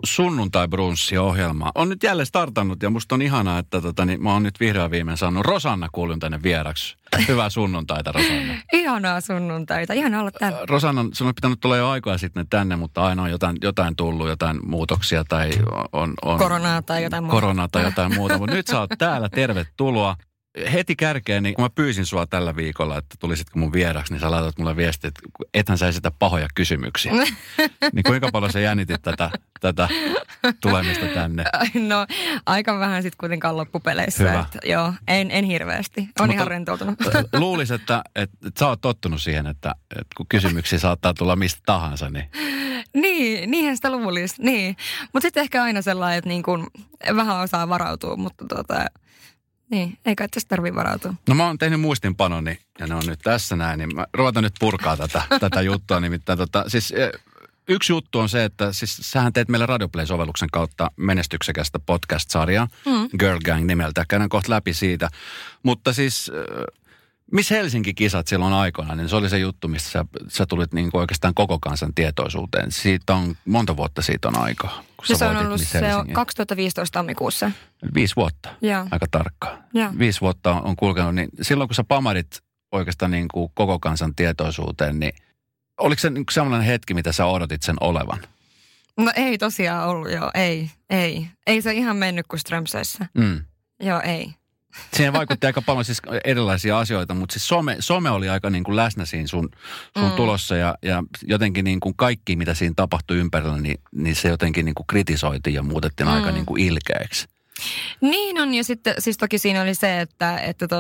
sunnuntai-brunssi-ohjelma on nyt jälleen startannut ja musta on ihanaa, että mä oon nyt vihdoin viimein saanut Rosanna kuulun tänne vieraksi. Hyvää sunnuntaita, Rosanna. Ihanaa sunnuntaita, ihanaa olla täällä. Rosanna, sun on pitänyt tulla jo aikaa sitten tänne, mutta aina on jotain tullut, jotain muutoksia tai on koronaa tai jotain muuta. Koronaa tai jotain muuta, mutta nyt sä oot täällä, tervetuloa. Heti kärkeen, niin kun mä pyysin sua tällä viikolla, että tulisitko mun vieraksi, niin sä laitat mulle viestiä, että ethän sä esitä pahoja kysymyksiä. Niin kuinka paljon sä jännitit tätä tulemista tänne? No aika vähän sitten kuitenkaan loppupeleissä. Hyvä. Että, joo, en hirveästi. On ihan rentoutunut. Luulisin, että sä oot tottunut siihen, että kun kysymyksiä saattaa tulla mistä tahansa, niin... Niinhän sitä luulisi, niin. Mutta sitten ehkä aina sellainen, että niin kun vähän osaa varautua, mutta niin, ei kai tästä tarvitse varautua. No mä oon tehnyt muistinpanoni ja ne on nyt tässä näin, niin mä ruvetaan nyt purkaa tätä juttua. Nimittäin siis yksi juttu on se, että siis sähän teet meille Radioplay-sovelluksen kautta menestyksekästä podcast-sarjaa, Girl Gang nimeltä. Käydään kohta läpi siitä. Mutta siis... Missä Helsinki-kisat silloin aikoina, niin se oli se juttu, mistä sä tulit niin kuin oikeastaan koko kansan tietoisuuteen. Siitä on, monta vuotta siitä on aikaa. Se on ollut se 2015 tammikuussa. 5 vuotta, ja. Aika tarkkaan. Ja. 5 vuotta on kulkenut, niin silloin kun sä pamarit oikeastaan niin kuin koko kansan tietoisuuteen, niin oliko se niin sellainen hetki, mitä sä odotit sen olevan? No ei tosiaan ollut, joo, ei. Ei se ihan mennyt kuin Strömsössä. Joo, ei. Siihen vaikutti aika paljon siis erilaisia asioita, mutta siis some oli aika niin kuin läsnä siinä sun tulossa ja jotenkin niin kuin kaikki, mitä siinä tapahtui ympärillä, niin se jotenkin niin kuin kritisoitiin ja muutettiin aika niin kuin ilkeäksi. Niin on, ja sitten siis toki siinä oli se, että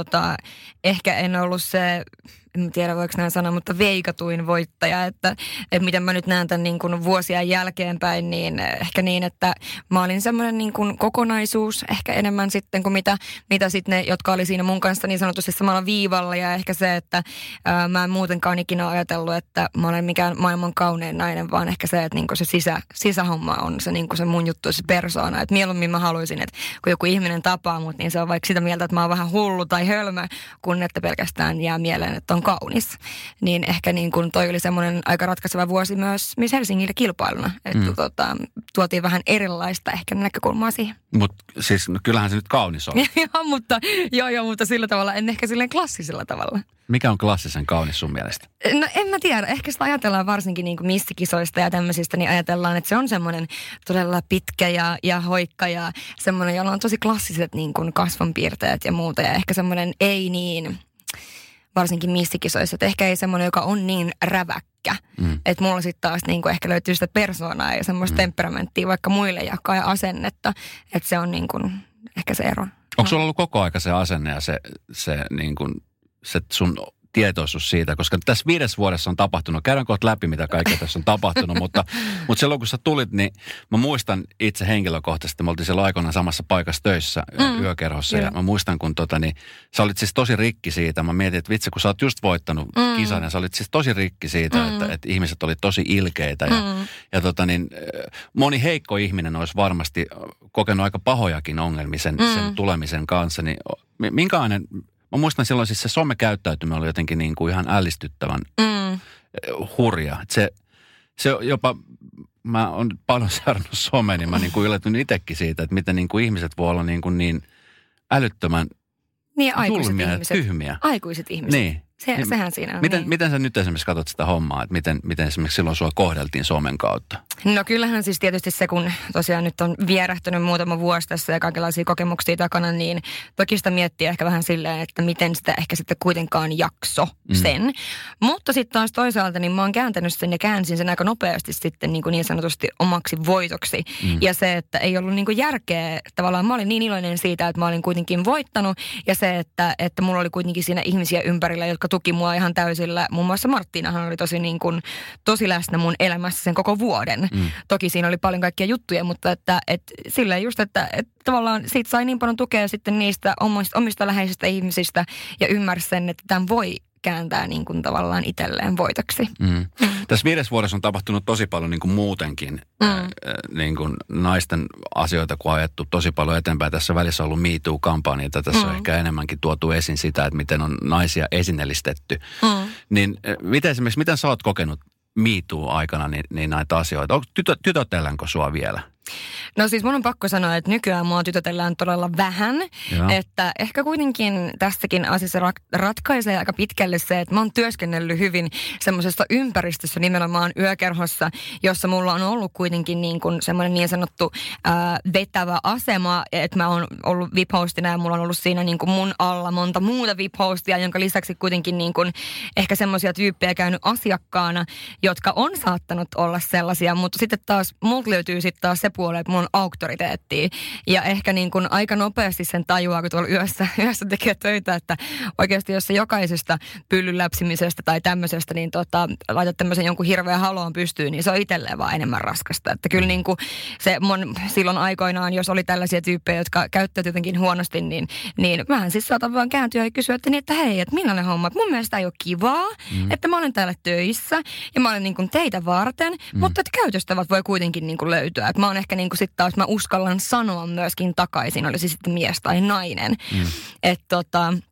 ehkä en ollut se, en tiedä voiko näin sanoa, mutta veikatuin voittaja, että miten mä nyt näen tämän niin kuin vuosien jälkeenpäin, niin ehkä niin, että mä olin semmoinen niin kuin kokonaisuus ehkä enemmän sitten kuin mitä sitten ne, jotka oli siinä mun kanssa niin sanotusti samalla viivalla, ja ehkä se, että mä en muutenkaan ikinä ajatellut, että mä olen mikään maailman kaunein nainen, vaan ehkä se, että niin kuin se sisähomma on se, niin kuin se mun juttu, se persoona, että mieluummin mä haluaisin, että kun joku ihminen tapaa mut, niin se on vaikka sitä mieltä, että mä oon vähän hullu tai hölmö, kun että pelkästään jää mieleen, että on kaunis. Niin ehkä niin kuin toi oli semmoinen aika ratkaiseva vuosi myös Miss Helsingille kilpailuna. Että tuotiin vähän erilaista ehkä näkökulmaa siihen. Mutta siis no, kyllähän se nyt kaunis on. mutta sillä tavalla, en ehkä silleen klassisella tavalla. Mikä on klassisen kaunis sun mielestä? No en mä tiedä. Ehkä sitä ajatellaan varsinkin niin kuin missikisoista ja tämmöisistä, niin ajatellaan, että se on semmoinen todella pitkä ja hoikka ja semmoinen, jolla on tosi klassiset niin kuin kasvonpiirteet ja muuta. Ja ehkä semmoinen ei niin, varsinkin missikisoissa, että ehkä ei semmoinen, joka on niin räväkkä. Että mulla sitten taas niin kuin ehkä löytyy sitä persoonaa ja semmoista temperamenttia vaikka muille jakaa ja asennetta. Että se on niin kuin ehkä se ero. Onko sulla ollut koko aika se asenne ja se niin kuin se sun tietoisuus siitä, koska tässä 5 vuodessa on tapahtunut, käydään kohta läpi, mitä kaikkea tässä on tapahtunut, mutta silloin kun sä tulit, niin mä muistan itse henkilökohtaisesti, me oltiin siellä aikoinaan samassa paikassa töissä yökerhossa, ja mä muistan, kun niin sä olit siis tosi rikki siitä, mä mietin, että vitsi, kun sä oot just voittanut kisan, ja sä olit siis tosi rikki siitä, että ihmiset oli tosi ilkeitä, ja moni heikko ihminen olisi varmasti kokenut aika pahojakin ongelmia sen tulemisen kanssa, niin minkälainen... Mä muistan silloin siis se somekäyttäytyminen oli jotenkin niin kuin ihan ällistyttävän hurja. Se jopa, mä oon paljon seurannut somea, niin mä niin kuin yllätyn itsekin siitä, että miten niin kuin ihmiset voi olla niin älyttömän julmia ja tyhmiä. Aikuiset ihmiset. Niin. Sehän siinä on. Miten sä nyt esimerkiksi katsot sitä hommaa, että miten esimerkiksi silloin sua kohdeltiin somen kautta? No kyllähän siis tietysti se, kun tosiaan nyt on vierähtänyt muutama vuosi tässä ja kaikenlaisia kokemuksia takana, niin toki sitä miettii ehkä vähän silleen, että miten sitä ehkä sitten kuitenkaan jakso sen. Mutta sitten taas toisaalta, niin mä oon kääntänyt sen ja käänsin sen aika nopeasti sitten niin sanotusti omaksi voitoksi. Ja se, että ei ollut niin kuin järkeä, tavallaan mä olin niin iloinen siitä, että mä olin kuitenkin voittanut ja se, että mulla oli kuitenkin siinä ihmisiä ympärillä, jotka tuki mua ihan täysillä. Muun muassa Marttinahan oli tosi läsnä mun elämässä sen koko vuoden. Toki siinä oli paljon kaikkia juttuja, mutta että silleen just, että tavallaan siitä sai niin paljon tukea sitten niistä omista läheisistä ihmisistä ja ymmärsi sen, että tämän voi kääntää niin kuin tavallaan itselleen voitoksi. Tässä 5 vuodessa on tapahtunut tosi paljon niin kuin muutenkin niin kuin naisten asioita, kun on ajettu tosi paljon eteenpäin. Tässä välissä on ollut Me Too-kampanja, tässä on ehkä enemmänkin tuotu esiin sitä, että miten on naisia esinellistetty. Niin miten sä oot kokenut Me Too-aikana niin näitä asioita? Tytötelläänkö sua vielä? No siis mun on pakko sanoa, että nykyään mua tytötellään todella vähän. Joo. Että ehkä kuitenkin tästäkin asiassa ratkaisee aika pitkälle se, että mä oon työskennellyt hyvin semmoisessa ympäristössä, nimenomaan yökerhossa, jossa mulla on ollut kuitenkin niin kuin semmoinen niin sanottu vetävä asema, että mä oon ollut VIP-hostina ja mulla on ollut siinä niin kuin mun alla monta muuta VIP-hostia, jonka lisäksi kuitenkin niin kuin ehkä semmoisia tyyppejä käynyt asiakkaana, jotka on saattanut olla sellaisia, mutta sitten taas multa löytyy sitten taas se puoli, että mulla on auktoriteettia. Ja ehkä niin kuin aika nopeasti sen tajuaa, kun tuolla yössä tekee töitä, että oikeasti jos se jokaisesta pyllyn läpsimisestä tai tämmöisestä, niin laitat tämmöisen jonkun hirveän haloon pystyyn, niin se on itselleen vaan enemmän raskasta. Että kyllä niin kuin se silloin aikoinaan, jos oli tällaisia tyyppejä, jotka käyttävät jotenkin huonosti, niin mähän siis saatan vaan kääntyä ja kysyä, että hei, että millainen homma, että mun mielestä ei ole kivaa, että mä olen täällä töissä ja mä olen niin kuin teitä varten, mutta että käytöstavat voi kuitenkin niin kuin löytyä. Että mä oon ehkä niin kuin sitten taas, mä uskallan sanoa myöskin takaisin, olisi sitten mies tai nainen. Että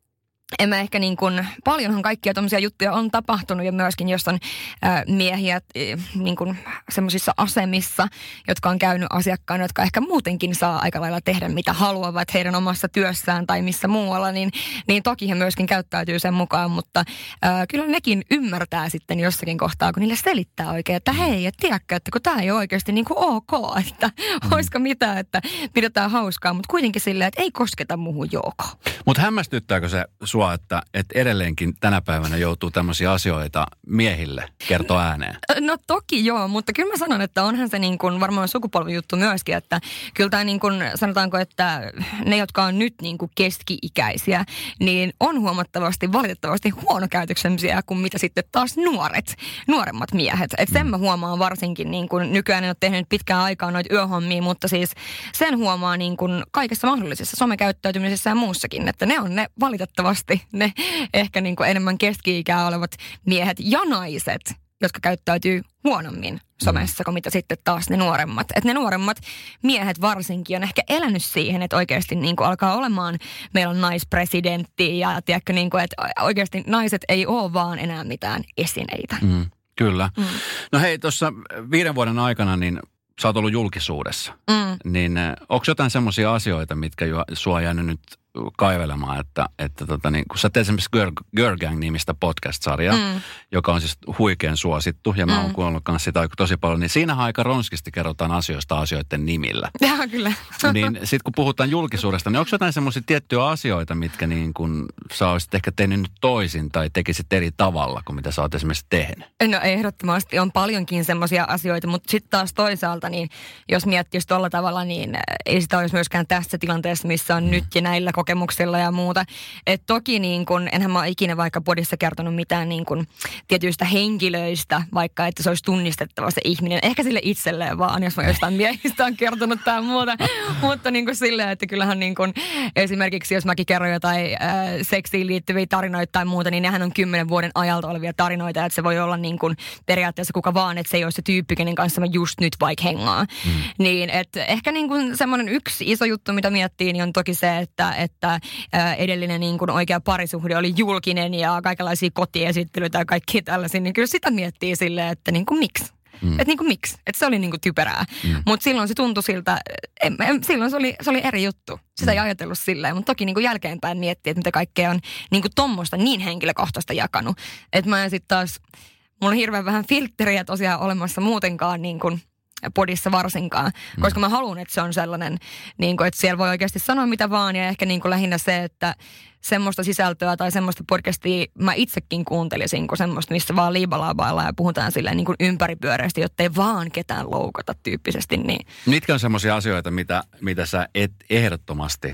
en mä ehkä niin kuin, paljonhan kaikkia tommosia juttuja on tapahtunut ja myöskin, jos on miehiä niin kuin semmoisissa asemissa, jotka on käynyt asiakkaana, jotka ehkä muutenkin saa aika lailla tehdä mitä haluavat heidän omassa työssään tai missä muualla, niin toki he myöskin käyttäytyy sen mukaan, mutta kyllä nekin ymmärtää sitten jossakin kohtaa, kun niille selittää oikein, että hei, et tiedätkö, että kun tää ei ole oikeasti niin kuin ok, että olisiko mitään, että pidetään hauskaa, mutta kuitenkin silleen, että ei kosketa muuhun jooko. Mutta hämmästyttääkö se sua, että edelleenkin tänä päivänä joutuu tämmöisiä asioita miehille kertoa ääneen? No toki joo, mutta kyllä mä sanon, että onhan se niin kuin varmaan sukupolvijuttu myöskin, että kyllä tämä niin kuin sanotaanko, että ne, jotka on nyt niin kuin keski-ikäisiä, niin on huomattavasti valitettavasti huonokäytöksellisiä kuin mitä sitten taas nuoremmat miehet. Että sen mä huomaan varsinkin, niin kuin nykyään en ole tehnyt pitkään aikaa noita yöhommia, mutta siis sen huomaa niin kuin kaikessa mahdollisessa somekäyttäytymisessä ja muussakin, että ne on ne valitettavasti ne ehkä niin kuin enemmän keski-ikää olevat miehet ja naiset, jotka käyttäytyy huonommin somessa kuin mitä sitten taas ne nuoremmat. Että ne nuoremmat miehet varsinkin on ehkä elänyt siihen, että oikeasti niin kuin alkaa olemaan, meillä on naispresidentti ja tiedätkö, niin kuin, että oikeasti naiset ei ole vaan enää mitään esineitä. Kyllä. No hei, tuossa 5 vuoden aikana niin sä oot ollut julkisuudessa. Niin onko jotain semmoisia asioita, mitkä sua on jäänyt nyt kaivelemaan, että niin, kun sä teet esimerkiksi Girl Gang-nimistä podcast-sarjaa, joka on siis huikean suosittu, ja mä oon kuunnellut kanssa sitä tosi paljon, niin siinähän aika ronskisti kerrotaan asioiden nimillä. Jaa, kyllä. Niin sit kun puhutaan julkisuudesta, niin onko jotain semmoisia tiettyjä asioita, mitkä niin kun sä olisit ehkä tehnyt nyt toisin tai tekisit eri tavalla kuin mitä sä oot esimerkiksi tehnyt? No ehdottomasti on paljonkin semmoisia asioita, mutta sitten taas toisaalta, niin jos miettisi tuolla tavalla, niin ei sitä olisi myöskään tässä tilanteessa, missä on nyt ja näillä kokemuksilla ja muuta. Et toki niin kun, enhän mä ole ikinä vaikka podissa kertonut mitään niin kun tietyistä henkilöistä, vaikka että se olisi tunnistettava se ihminen. Ehkä sille itselleen vaan, jos mä jostain miehistä on kertonut tai muuta. Mutta niin kuin silleen, että kyllähän niin kun, esimerkiksi jos mäkin kerron jotain seksiin liittyviä tarinoita tai muuta, niin nehän on 10 vuoden ajalta olevia tarinoita. Että se voi olla niin kun periaatteessa kuka vaan, että se ei ole se tyyppi, kenen kanssa mä just nyt vaikka hengaan. Niin, että ehkä niin kun semmoinen yksi iso juttu, mitä miettii, niin on toki se, että edellinen niin kuin oikea parisuhde oli julkinen ja kaikenlaisia kotiesittelyitä ja kaikkia tällaisia, niin kyllä sitä miettii silleen, että niin kuin miksi? Että niin kuin miksi? Että se oli niin kuin typerää. Mutta silloin se tuntui siltä, silloin se oli eri juttu. Sitä ei ajatellut silleen, mutta toki niin kuin jälkeenpäin miettii, että mitä kaikkea on niin kuin tommoista niin henkilökohtaista jakanut. Että mä sitten taas, mulla on hirveän vähän filtteriä tosiaan olemassa muutenkaan niin kuin podissa varsinkaan, koska mä haluan, että se on sellainen, niin kuin, että siellä voi oikeasti sanoa mitä vaan ja ehkä niin kuin lähinnä se, että semmoista sisältöä tai semmoista podcastia mä itsekin kuuntelisin, kun semmoista, missä vaan liibalaabaillaan ja puhutaan silleen niin kuin ympäripyöreästi, jottei vaan ketään loukata tyyppisesti. Niin. Mitkä on semmoisia asioita, mitä sä et ehdottomasti,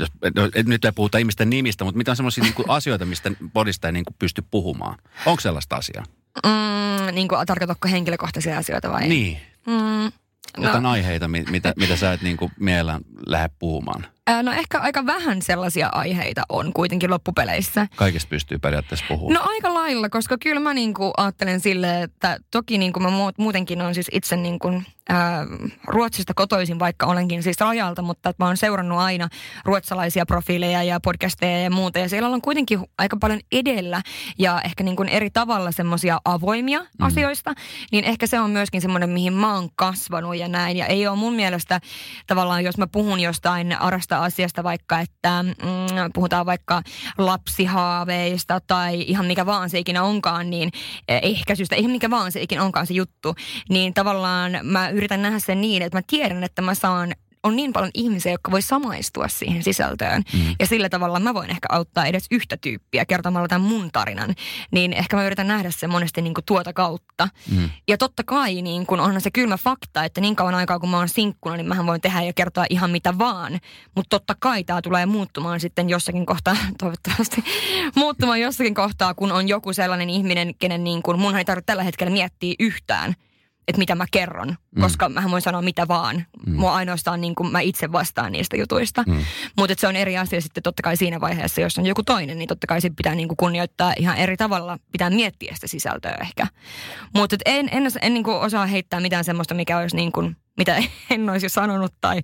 nyt ei puhuta ihmisten nimistä, mutta mitä on semmoisia niin kuin asioita, mistä podista ei niin kuin pysty puhumaan? Onko sellaista asiaa? Niin kuin tarkoitatko henkilökohtaisia asioita vai? Niin. Jotain aiheita, mitä sä et niin kuin mielellään lähde puhumaan. No ehkä aika vähän sellaisia aiheita on kuitenkin loppupeleissä. Kaikesta pystyy periaatteessa puhumaan. No aika lailla, koska kyllä mä niinku ajattelen silleen, että toki niinku mä muutenkin on siis itse niinku, Ruotsista kotoisin, vaikka olenkin siis rajalta, mutta mä oon seurannut aina ruotsalaisia profiileja ja podcasteja ja muuta. Ja siellä on kuitenkin aika paljon edellä ja ehkä niinku eri tavalla semmoisia avoimia asioista. Niin ehkä se on myöskin semmoinen, mihin mä oon kasvanut ja näin. Ja ei ole mun mielestä tavallaan, jos mä puhun jostain arasta asiasta vaikka, että puhutaan vaikka lapsihaaveista tai ihan mikä vaan se ikinä onkaan, niin ehkäisystä, ihan mikä vaan se ikinä onkaan se juttu, niin tavallaan mä yritän nähdä sen niin, että mä tiedän, että on niin paljon ihmisiä, jotka voi samaistua siihen sisältöön. Ja sillä tavalla mä voin ehkä auttaa edes yhtä tyyppiä kertomalla tämän mun tarinan. Niin ehkä mä yritän nähdä sen monesti niin kuin tuota kautta. Ja totta kai niin kun onhan se kylmä fakta, että niin kauan aikaa kun mä oon sinkkuna, niin mähän voin tehdä ja kertoa ihan mitä vaan. Mutta totta kai tää tulee muuttumaan sitten jossakin kohtaa, toivottavasti, muuttumaan jossakin kohtaa, kun on joku sellainen ihminen, kenen niin kun munhan ei tarvitse tällä hetkellä miettiä yhtään, että mitä mä kerron, koska mähän voin sanoa mitä vaan. Mua ainoastaan niin kuin mä itse vastaan niistä jutuista. Mutta se on eri asia sitten totta kai siinä vaiheessa, jos on joku toinen, niin totta kai sit pitää niin kuin kunnioittaa ihan eri tavalla, pitää miettiä sitä sisältöä ehkä. Mutta en niin kuin osaa heittää mitään semmoista, mikä olisi niin kuin, mitä en olisi jo sanonut tai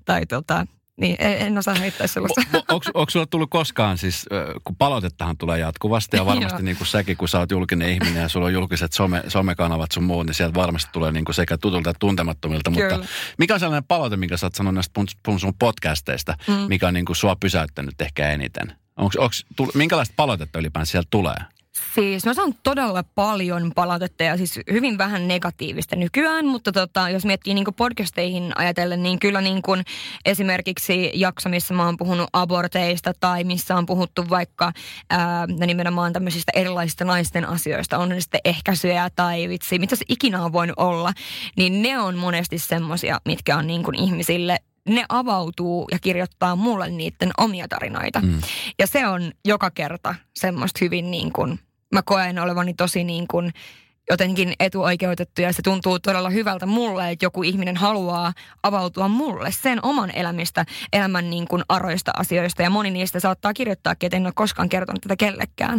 niin, en osaa heittää sellaista. Onko sulla tullut koskaan siis, kun palautettahan tulee jatkuvasti ja varmasti niin kuin säkin, kun sä oot julkinen ihminen ja sulla on julkiset somekanavat sun muut, niin sieltä varmasti tulee niin kuin sekä tutulta että tuntemattomilta. Kyllä. Mutta mikä on sellainen palaute, minkä sä oot sanonut näistä sun podcasteista, mikä on niin kuin sua pysäyttänyt ehkä eniten? Minkälaista palautetta ylipäänsä sieltä tulee? Siis mä saan todella paljon palautetta ja siis hyvin vähän negatiivista nykyään, mutta jos miettii niin kuin podcasteihin ajatellen, niin kyllä niin kuin esimerkiksi jakso, missä mä oon puhunut aborteista tai missä on puhuttu vaikka nimenomaan tämmöisistä erilaisista naisten asioista, on ne sitten ehkäisyjä tai vitsi, mitä se ikinä on voinut olla, niin ne on monesti semmosia, mitkä on niin kuin ihmisille, ne avautuu ja kirjoittaa mulle niiden omia tarinoita. Ja se on joka kerta semmoista hyvin niin kuin, mä koen olevani tosi niin kuin jotenkin etuoikeutettu ja se tuntuu todella hyvältä mulle, että joku ihminen haluaa avautua mulle sen oman elämän niin kuin aroista asioista. Ja moni niistä saattaa kirjoittaakin, että en ole koskaan kertonut tätä kellekään.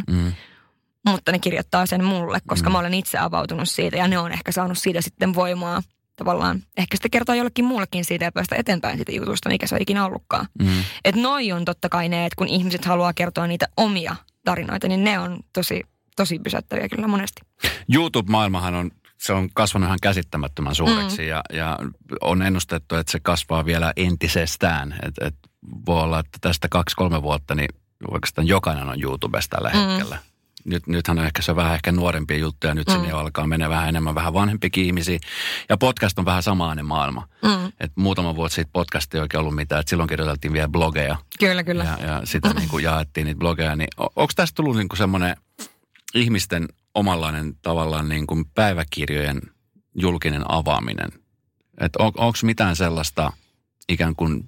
Mutta ne kirjoittaa sen mulle, koska mä olen itse avautunut siitä ja ne on ehkä saanut siitä sitten voimaa. Tavallaan ehkä sitten kertoo jollekin muullekin siitä ja päästä eteenpäin siitä jutusta, mikä se on ikinä ollutkaan. Että noi on totta kai ne, että kun ihmiset haluaa kertoa niitä omia tarinoita, niin ne on tosi pysäyttäviä kyllä monesti. YouTube-maailmahan se on kasvanut ihan käsittämättömän suureksi ja on ennustettu, että se kasvaa vielä entisestään. Et voi olla, että tästä 2-3 vuotta, niin oikeastaan jokainen on YouTubesta tällä hetkellä. Nythän on ehkä se vähän nuorempia juttuja, nyt sinne alkaa mennä vähän enemmän vähän vanhempikin ihmisiä. Ja podcast on vähän samainen maailma. Että muutama vuosi sitten podcast ei oikein ollut mitään, että silloin kirjoiteltiin vielä blogeja. Kyllä. Ja sitä niin kuin jaettiin niitä blogeja. Niin onko tästä tullut niin kuin semmoinen ihmisten omanlainen tavallaan niin kuin päiväkirjojen julkinen avaaminen? Että onko mitään sellaista ikään kuin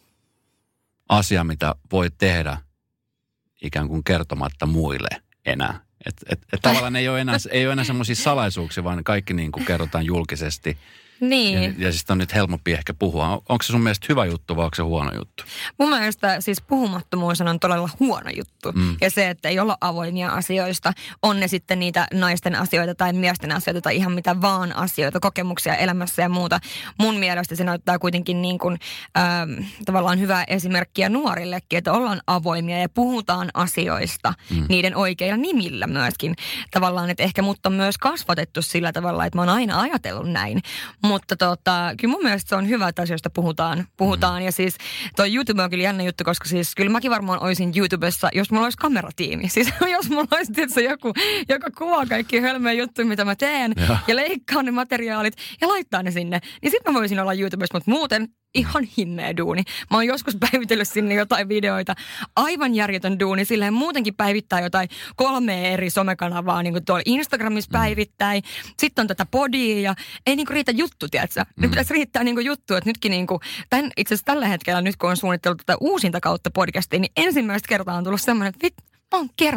asiaa, mitä voi tehdä ikään kuin kertomatta muille enää? Että tavallaan ei ole enää semmoisia salaisuuksia, vaan kaikki niin kuin kerrotaan julkisesti. Niin. Ja siis on nyt helpompi ehkä puhua. Onko se sun mielestä hyvä juttu vai onko se huono juttu? Mun mielestä siis puhumattomuus on todella huono juttu. Ja se, että ei olla avoimia asioista, on ne sitten niitä naisten asioita tai miesten asioita tai ihan mitä vaan asioita, kokemuksia elämässä ja muuta. Mun mielestä se näyttää kuitenkin niin kuin, tavallaan hyvää esimerkkiä nuorillekin, että ollaan avoimia ja puhutaan asioista niiden oikeilla nimillä myöskin. Tavallaan, että ehkä mut on myös kasvatettu sillä tavalla, että mä oon aina ajatellut näin. Mutta kyllä mun mielestä se on hyvä, että asioista puhutaan. Ja siis toi YouTube on kyllä jännä juttu, koska siis kyllä mäkin varmaan olisin YouTubessa, jos mulla olisi kameratiimi. Siis jos mulla olisi tietysti joku, joka kuvaa kaikki hölmöjä juttuja, mitä mä teen, ja leikkaa ne materiaalit ja laittaa ne sinne. Niin sit mä voisin olla YouTubessa, mutta muuten ihan himmeä duuni. Mä oon joskus päivitellyt sinne jotain videoita. Aivan järjetön duuni. Silleen muutenkin päivittää jotain 3 eri somekanavaa, niin kuin tuolla Instagramissa päivittäin. Sitten on tätä podia ja ei niin kuin riitä juttu, tiedätkö? Nyt pitäisi riittää niin kuin juttu, että nytkin niin kuin, itse asiassa tällä hetkellä nyt kun on suunniteltu tätä uusinta kautta podcastia, niin ensimmäistä kertaa on tullut semmoinen, että mä oon kertonut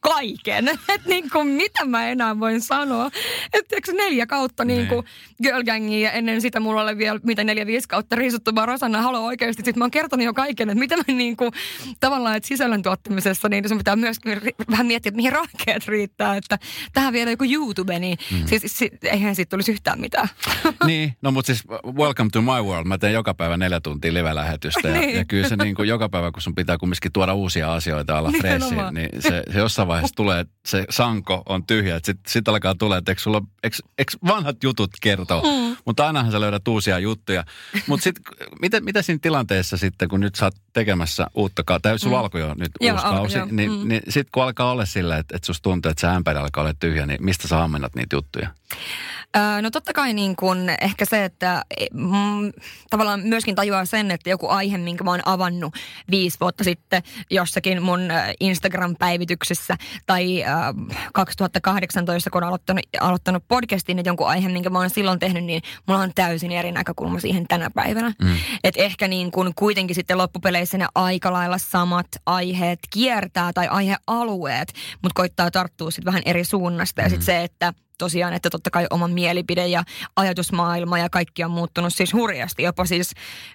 kaiken. Että niin kuin, mitä mä enää voin sanoa. Että 4 kautta niin kuin Girl Gangia ja ennen sitä mulla oli vielä 4-5 kautta riisuttavaa Rosanna Halo oikeasti. Sitten mä oon kertonut jo kaiken, että mitä mä niin kuin, tavallaan, että sisällön tuottamisessa, niin sun pitää myös vähän miettiä, että mihin rahkeet riittää. Että tähän vielä joku YouTube, niin siis eihän siitä tulisi yhtään mitään. Niin, no mutta siis welcome to my world. Mä teen joka päivä 4 tuntia live-lähetystä ja kyllä se niin kuin joka päivä, kun sun pitää kumminkin tuoda uusia asioita alla freesiin, niin se jossain vaiheessa tulee, se sanko on tyhjä, että sit alkaa tulee, että eikö vanhat jutut kertoo, mutta ainahan sä löydät uusia juttuja. Mutta sitten mitä siinä tilanteessa sitten, kun nyt sä oot tekemässä uutta tai sulla alkoi jo nyt uusi kausi, niin sitten kun alkaa olla sillä, että susta tuntuu, että se ämpäri alkaa olla tyhjä, niin mistä sä ammennat niitä juttuja? No totta kai niin kun ehkä se, että tavallaan myöskin tajuaa sen, että joku aihe, minkä mä oon avannut 5 vuotta sitten jossakin mun Instagram-päivityksessä tai 2018, kun on aloittanut podcastin, että jonkun aihe, minkä mä oon silloin tehnyt, niin mulla on täysin eri näkökulma siihen tänä päivänä. Että ehkä niin kun kuitenkin sitten loppupeleissä ne aika lailla samat aiheet kiertää tai aihealueet, mutta koittaa tarttua sitten vähän eri suunnasta ja sitten se, että tosiaan, että totta kai oma mielipide ja ajatusmaailma ja kaikki on muuttunut siis hurjasti, jopa siis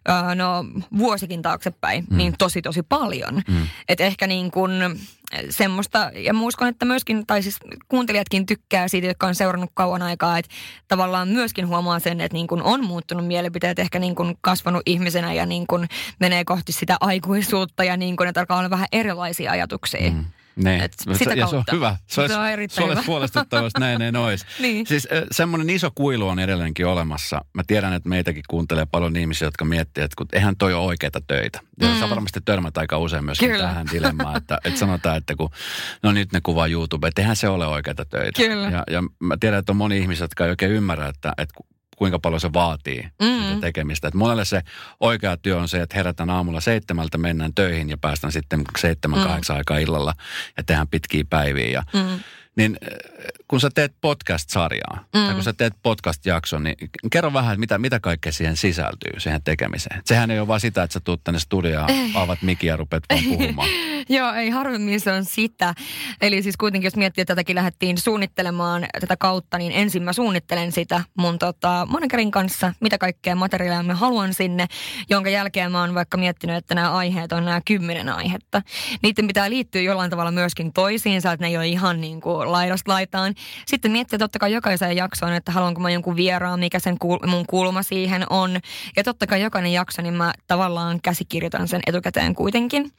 vuosikin taaksepäin, niin tosi paljon. Että ehkä niin kuin semmoista, ja mä uskon, että myöskin, tai siis kuuntelijatkin tykkää siitä, jotka on seurannut kauan aikaa, että tavallaan myöskin huomaa sen, että niin kuin on muuttunut mielipiteet, ehkä niin kuin kasvanut ihmisenä ja niin kuin menee kohti sitä aikuisuutta ja niin kuin, että alkaa olla vähän erilaisia ajatuksia. Ne. Ja se on hyvä. Se olisi huolestuttavasti näin olisi. Niin. Siis semmoinen iso kuilu on edelleenkin olemassa. Mä tiedän, että meitäkin kuuntelee paljon ihmisiä, jotka miettii, että eihän toi ole oikeita töitä. Ja sä varmasti törmät aika usein myöskin tähän dilemmaan, että sanotaan, että kun nyt ne kuvaa YouTube, että eihän se ole oikeita töitä. Ja mä tiedän, että on moni ihmisiä, jotka ei oikein ymmärrä, että kuinka paljon se vaatii sitä tekemistä. Että monelle se oikea työ on se, että herätään aamulla 7, mennään töihin ja päästään sitten 7-8 aikaa illalla ja tehdään pitkiä päiviä. Niin kun sä teet podcast-sarjaa tai kun sä teet podcast-jakson, niin kerro vähän, että mitä kaikkea siihen sisältyy, siihen tekemiseen. Sehän ei ole vaan sitä, että sä tuut tänne studioon, avaat mikin ja rupeat vaan puhumaan. Joo, ei harvemmin se on sitä. Eli siis kuitenkin, jos miettii, että tätäkin lähdettiin suunnittelemaan tätä kautta, niin ensin mä suunnittelen sitä mun managerin kanssa, mitä kaikkea materiaalia mä haluan sinne, jonka jälkeen mä oon vaikka miettinyt, että nämä aiheet on nämä 10 aihetta. Niiden pitää liittyä jollain tavalla myöskin toisiinsa, että ne ei ole ihan niin kuin laidasta laitaan. Sitten miettiä totta kai jokaiseen jaksoon, että haluanko mä jonkun vieraan, mikä sen mun kulma siihen on. Ja totta kai jokainen jakso, niin mä tavallaan käsikirjoitan sen etukäteen kuitenkin.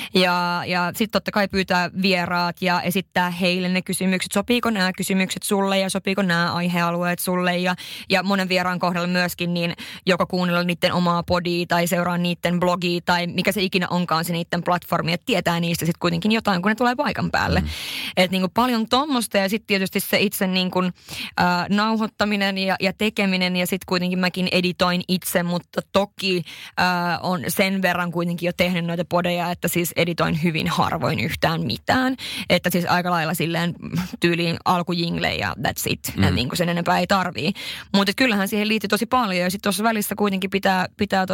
Ja sitten totta kai pyytää vieraat ja esittää heille ne kysymykset. Sopiiko nämä kysymykset sulle ja sopiiko nämä aihealueet sulle? Ja monen vieraan kohdalla myöskin niin joko kuunnella niiden omaa podia tai seuraa niiden blogia tai mikä se ikinä onkaan se niiden platformi, että tietää niistä sitten kuitenkin jotain, kun ne tulee paikan päälle. Että niin kuin paljon tommosta ja sitten tietysti se itse niin kuin, nauhoittaminen ja tekeminen ja sitten kuitenkin mäkin editoin itse, mutta toki on sen verran kuitenkin jo tehnyt noita podeja, että siis editoin hyvin harvoin yhtään mitään. Että siis aika lailla silleen tyyliin alkujingle ja that's it. Niin kuin sen enempää ei tarvii. Mutta kyllähän siihen liittyy tosi paljon ja sitten tuossa välissä kuitenkin pitää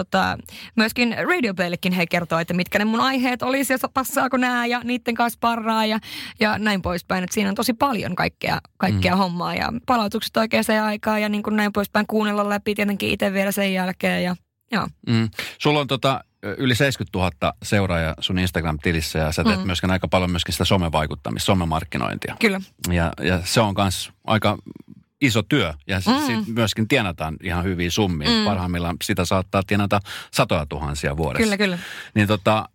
myöskin radioplayillekin he kertoo, että mitkä ne mun aiheet olisi ja passaako nää ja niiden kanssa parraa ja näin poispäin. Että siinä on tosi paljon kaikkea hommaa ja palautukset oikeaan aikaan ja niin kuin näin poispäin kuunnella läpi tietenkin itse vielä sen jälkeen ja joo. Sulla on yli 70 000 seuraajaa sun Instagram-tilissä ja sä teet myöskin aika paljon myöskin sitä somevaikuttamista, somemarkkinointia. Kyllä. Ja se on myös aika iso työ ja myöskin tienataan ihan hyviä summia. Parhaimmillaan sitä saattaa tienata 100 000 vuodessa. Kyllä. Niin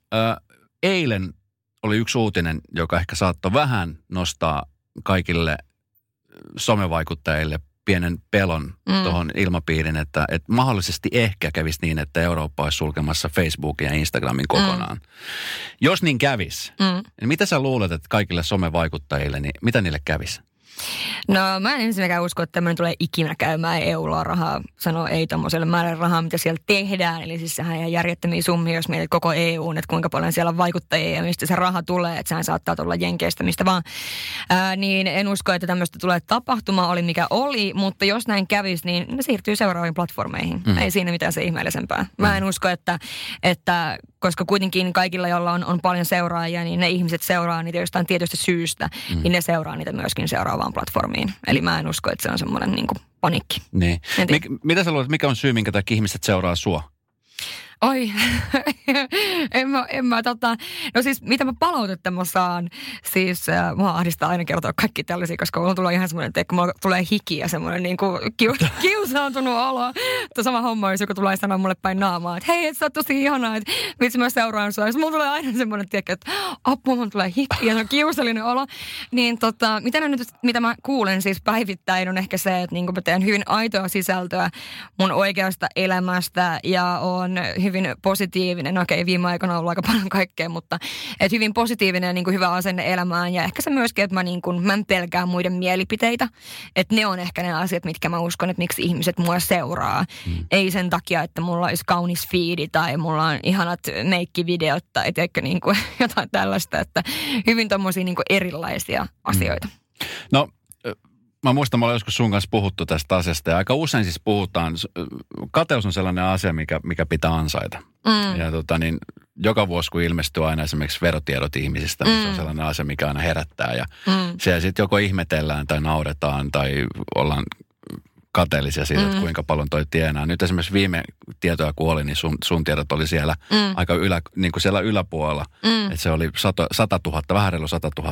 eilen oli yksi uutinen, joka ehkä saattoi vähän nostaa kaikille somevaikuttajille pienen pelon tuohon ilmapiirin, että mahdollisesti ehkä kävisi niin, että Eurooppa olisi sulkemassa Facebookin ja Instagramin kokonaan. Jos niin kävisi, niin mitä sä luulet, että kaikille somevaikuttajille, niin mitä niille kävisi? No mä en ensinnäkään usko, että tämmöinen tulee ikinä käymään EUlla rahaa. Sanoo ei tommoselle määrälle rahaa, mitä siellä tehdään. Eli siis sehän ihan järjettömiä summia, jos mietit koko EUn, että kuinka paljon siellä on vaikuttajia ja mistä se raha tulee. Että sehän saattaa tulla jenkeistä, mistä vaan. Niin en usko, että tämmöistä tulee tapahtumaan, oli mikä oli. Mutta jos näin kävisi, niin ne siirtyy seuraaviin platformeihin. Ei siinä mitään se ihmeellisempää. Mä en usko, että koska kuitenkin kaikilla, joilla on paljon seuraajia, niin ne ihmiset seuraa niitä jostain tietystä syystä, niin ne seuraa niitä myöskin seuraavaan platformiin. Eli mä en usko, että se on semmoinen niin kuin panikki. Niin. Mitä sä luulet, mikä on syy, minkä takia ihmiset seuraa sua? Oi, no siis mitä mä palautetta mä saan, siis mua ahdistaa aina kertoa kaikki tällaisia, koska mulla tulee ihan semmoinen, että mulla tulee hiki ja semmoinen niin kuin kiusaantunut olo. Tuo sama homma, jos joku tulee sanoa mulle päin naamaa, että hei, et sä oot tosi ihanaa, että vitsi mä seuraan sua. Ja mulla tulee aina semmoinen, että apua, mulla tulee hiki ja se on kiusallinen olo. Niin mitä mä kuulen siis päivittäin on ehkä se, että niin kuin mä teen hyvin aitoa sisältöä mun oikeasta elämästä ja on hyvin positiivinen. Okei, viime aikoina on ollut aika paljon kaikkea, mutta että hyvin positiivinen ja niin kuin hyvä asenne elämään. Ja ehkä se myöskin, että mä en pelkää muiden mielipiteitä. Että ne on ehkä ne asiat, mitkä mä uskon, että miksi ihmiset mua seuraa. Ei sen takia, että mulla olisi kaunis fiidi tai mulla on ihanat meikkivideot tai niin kuin jotain tällaista. Että hyvin tommosia niin kuin erilaisia asioita. No, mä muistan, mä olen joskus sun kanssa puhuttu tästä asiasta ja aika usein siis puhutaan, kateus on sellainen asia, mikä pitää ansaita. Ja niin, joka vuosi, kun ilmestyy aina esimerkiksi verotiedot ihmisistä, niin se on sellainen asia, mikä aina herättää. Ja se sitten joko ihmetellään tai nauretaan tai ollaan kateellisia siitä, että kuinka paljon toi tienaa. Nyt esimerkiksi viime tietoja kun oli, niin sun tiedot oli siellä aika niin kuin siellä yläpuolella. Että se oli 100 000, vähän reilu 100 000.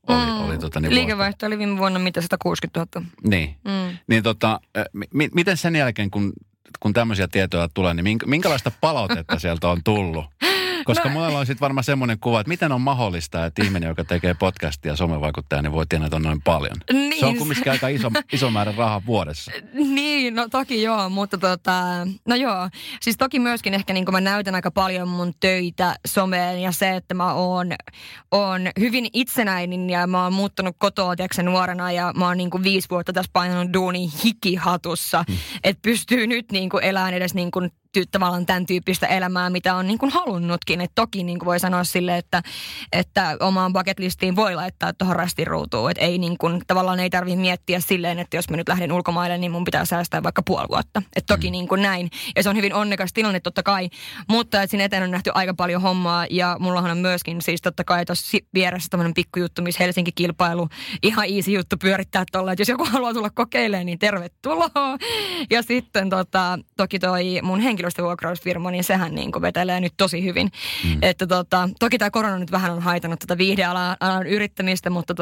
Liikevaihto oli viime vuonna mitä 160 000. Niin. Niin miten sen jälkeen, kun tämmöisiä tietoja tulee, niin minkälaista palautetta sieltä on tullut? Koska monella on sitten varmaan semmoinen kuva, että miten on mahdollista, että ihminen, joka tekee podcastia ja somevaikuttaja, niin voi tienata noin paljon. Niin. Se on kumminkin aika iso määrä rahaa vuodessa. Niin, no toki joo, mutta no joo. Siis toki myöskin ehkä niin kuin mä näytän aika paljon mun töitä someen ja se, että mä oon hyvin itsenäinen ja mä oon muuttanut kotoa nuorena ja mä oon niin kuin 5 vuotta tässä painanut duunin hikihatussa. Että pystyy nyt niin kuin elämään edes niin kuin tavallaan tämän tyyppistä elämää, mitä on niin kuin halunnutkin. Et toki niin kuin voi sanoa silleen, että omaan bucket listiin voi laittaa tuohon rastinruutuun. Että ei niin kuin, tavallaan ei tarvitse miettiä silleen, että jos mä nyt lähden ulkomaille, niin mun pitää säästää vaikka 5 vuotta. Että toki niin kuin näin. Ja se on hyvin onnekas tilanne totta kai. Mutta että siinä eteen on nähty aika paljon hommaa. Ja mullahan on myöskin siis totta kai tuossa vieressä tämmöinen pikkujuttu, missä Helsinki-kilpailu. Ihan easy juttu pyörittää tuolla. Että jos joku haluaa tulla kokeilemaan, niin tervetuloa. Ja sitten toki toi mun henkilöstövuokrausfirma, niin sehän niin kuin vetelee nyt tosi hyvin. Että toki tämä korona nyt vähän on haitannut tätä viihdealan yrittämistä, mutta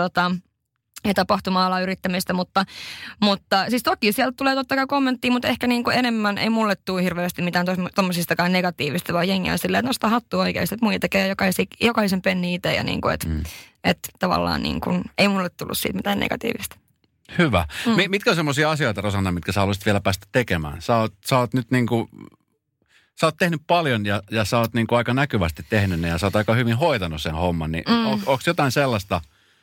ja tapahtuma-alan yrittämistä, mutta siis toki sieltä tulee totta kai kommenttia, mutta ehkä niin kuin enemmän ei mulle tule hirveästi mitään tommosistakaan negatiivista, vaan jengiä on silleen, että nostaa hattua oikeasti, että muija tekee jokaisen penni itse ja niin kuin, että tavallaan niin kuin, ei mulle tullut siitä mitään negatiivista. Hyvä. Mitkä on semmoisia asioita, Rosanna, mitkä sä haluaisit vielä päästä tekemään? Sä oot nyt niin kuin, sä oot tehnyt paljon ja sä oot niin kuin aika näkyvästi tehnyt ne ja sä oot aika hyvin hoitanut sen homman, niin onko jotain sellaista,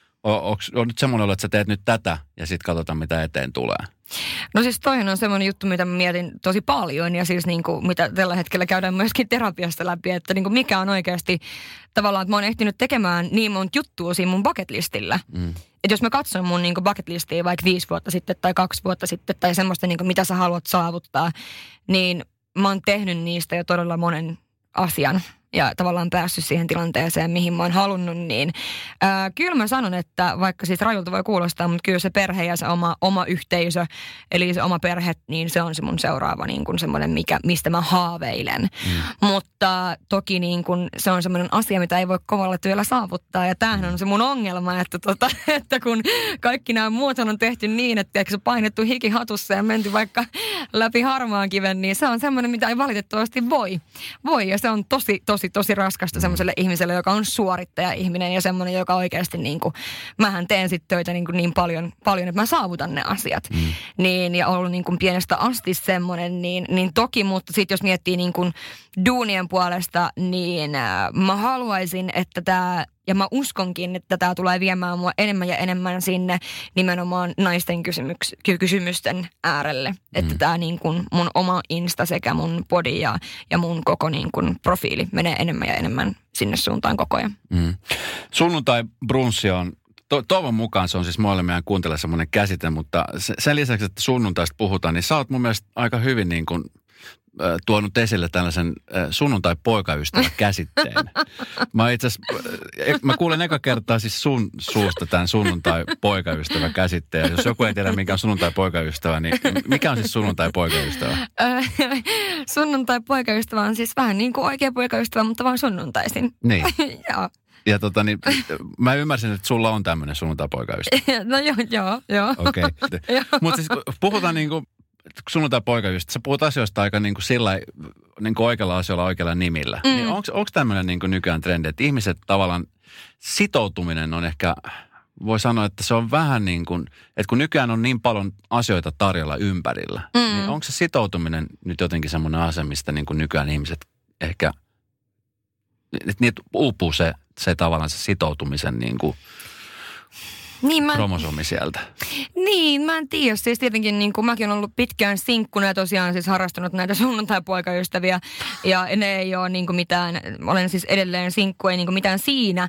on nyt semmoinen, että sä teet nyt tätä ja sitten katsotaan, mitä eteen tulee? No siis toinen on semmoinen juttu, mitä mä mietin tosi paljon ja siis niin kuin, mitä tällä hetkellä käydään myöskin terapiasta läpi, että niin kuin mikä on oikeasti tavallaan, että mä oon ehtinyt tekemään niin monta juttua siinä mun bucket listillä. Että jos mä katson mun niin kuin bucket listia vaikka 5 vuotta sitten tai 2 vuotta sitten tai semmoista, niin kuin, mitä sä haluat saavuttaa, niin mä oon tehnyt niistä jo todella monen asian ja tavallaan päässyt siihen tilanteeseen, mihin mä oon halunnut, niin kyllä mä sanon, että vaikka siis rajulta voi kuulostaa, mutta kyllä se perhe ja se oma yhteisö, eli se oma perhe, niin se on se mun seuraava niin kuin semmoinen, mistä mä haaveilen. Mutta toki niin kuin se on semmoinen asia, mitä ei voi kovalla työllä saavuttaa, ja tämähän on se mun ongelma, että kun kaikki nämä muut on tehty niin, että se painettu hiki hatussa ja menty vaikka läpi harmaan kiven, niin se on semmoinen, mitä ei valitettavasti voi, ja se on tosi raskasta semmoiselle ihmiselle, joka on suorittaja-ihminen ja semmoinen, joka oikeasti niin kuin, mähän teen sitten töitä niin paljon, että mä saavutan ne asiat. Niin, ja ollut niin kuin pienestä asti semmoinen, niin toki, mutta sitten jos miettii niin kuin duunien puolesta, niin mä haluaisin, että tämä ja mä uskonkin, että tämä tulee viemään mua enemmän ja enemmän sinne nimenomaan naisten kysymysten äärelle. Että tämä niin kuin mun oma Insta sekä mun body ja mun koko niin kuin profiili menee enemmän ja enemmän sinne suuntaan koko ajan. Sunnuntai brunssi on, toivon mukaan se on siis muille meidän kuuntelijoille semmoinen käsite, mutta sen lisäksi, että sunnuntaista puhutaan, niin sä oot mun mielestä aika hyvin niin kuin tuonut esille tällaisen sunnuntai-poikaystävä-käsitteen. Mä kuulen eka kertaa siis sun suusta tämän sunnuntai-poikaystävä-käsitteen. Jos joku ei tiedä, mikä on sunnuntai-poikaystävä, niin mikä on siis sunnuntai-poikaystävä? Sunnuntai-poikaystävä on siis vähän niin kuin oikea poikaystävä, mutta vaan sunnuntaisin. Niin. Joo. Ja mä ymmärsin, että sulla on tämmöinen sunnuntai-poikaystävä. No joo. Okei. Mutta siis puhutaan niin kuin sunnuntai-poikaystävä, sä puhut asioista aika niin kuin sillä niin kuin oikealla asioilla oikealla nimillä. Niin onko tämmöinen niin kuin nykyään trendi, että ihmiset tavallaan sitoutuminen on ehkä, voi sanoa, että se on vähän niin kuin, että kun nykyään on niin paljon asioita tarjolla ympärillä, niin onko se sitoutuminen nyt jotenkin semmoinen asia, mistä niin kuin nykyään ihmiset ehkä, että niitä uupuu se tavallaan se sitoutumisen niin kuin kromosomi sieltä. Niin, mä en tiedä. Siis tietenkin niin kuin mäkin olen ollut pitkään sinkkuna ja tosiaan siis harrastanut näitä sunnuntai-poikaystäviä. Ja ne ei ole niin kuin mitään, olen siis edelleen sinkku, ei niin kuin mitään siinä.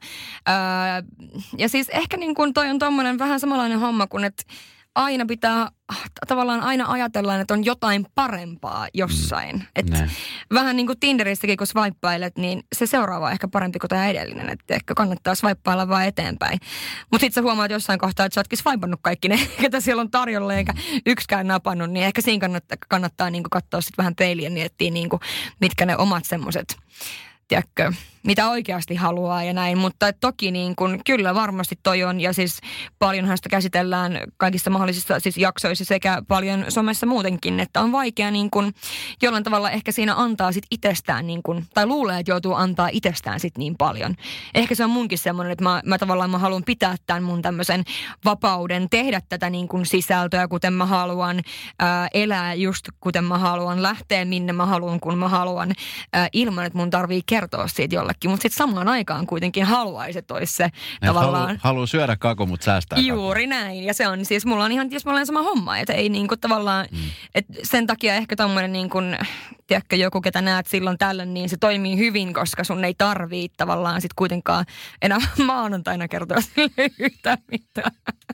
Ja siis ehkä niin kuin toi on tommoinen vähän samanlainen homma kuin, että aina pitää, tavallaan aina ajatellaan, että on jotain parempaa jossain. Että vähän niin kuin Tinderissäkin, kun swipeilet, niin se seuraava on ehkä parempi kuin tämä edellinen. Että ehkä kannattaa swipeilla vaan eteenpäin. Mutta sitten sä huomaat jossain kohtaa, että sä ootkin swipannut kaikki ne, ketä siellä on tarjolla, eikä yksikään napannut. Niin ehkä siinä kannattaa niin kuin katsoa sitten vähän peiliä ja miettiä, niin kuin, mitkä ne omat semmoiset, tiedätkö, mitä oikeasti haluaa ja näin, mutta toki niin kuin, kyllä varmasti toi on, ja siis paljonhan sitä käsitellään kaikissa mahdollisissa siis jaksoissa sekä paljon somessa muutenkin, että on vaikea niin kuin, jollain tavalla ehkä siinä antaa sit itsestään niin kuin, tai luulee, että joutuu antaa itsestään sit niin paljon. Ehkä se on munkin semmoinen, että mä tavallaan mä haluan pitää tämän mun tämmöisen vapauden, tehdä tätä niin kuin sisältöä, kuten mä haluan, elää just kuten mä haluan, lähteä minne mä haluan, kun mä haluan, ilman, että mun tarvii kertoa siitä jollekin. Mutta sitten samaan aikaan kuitenkin haluaisi, että olisi se tavallaan. Haluaa syödä kako, mutta säästää juuri kako. Näin. Ja se on siis, mulla on ihan sama homma. Että ei niinku tavallaan, että sen takia ehkä tommoinen niinku, tiedätkö, joku, ketä näet silloin tällöin, niin se toimii hyvin, koska sun ei tarvii tavallaan sit kuitenkaan enää maanantaina kertoa sille yhtään mitään.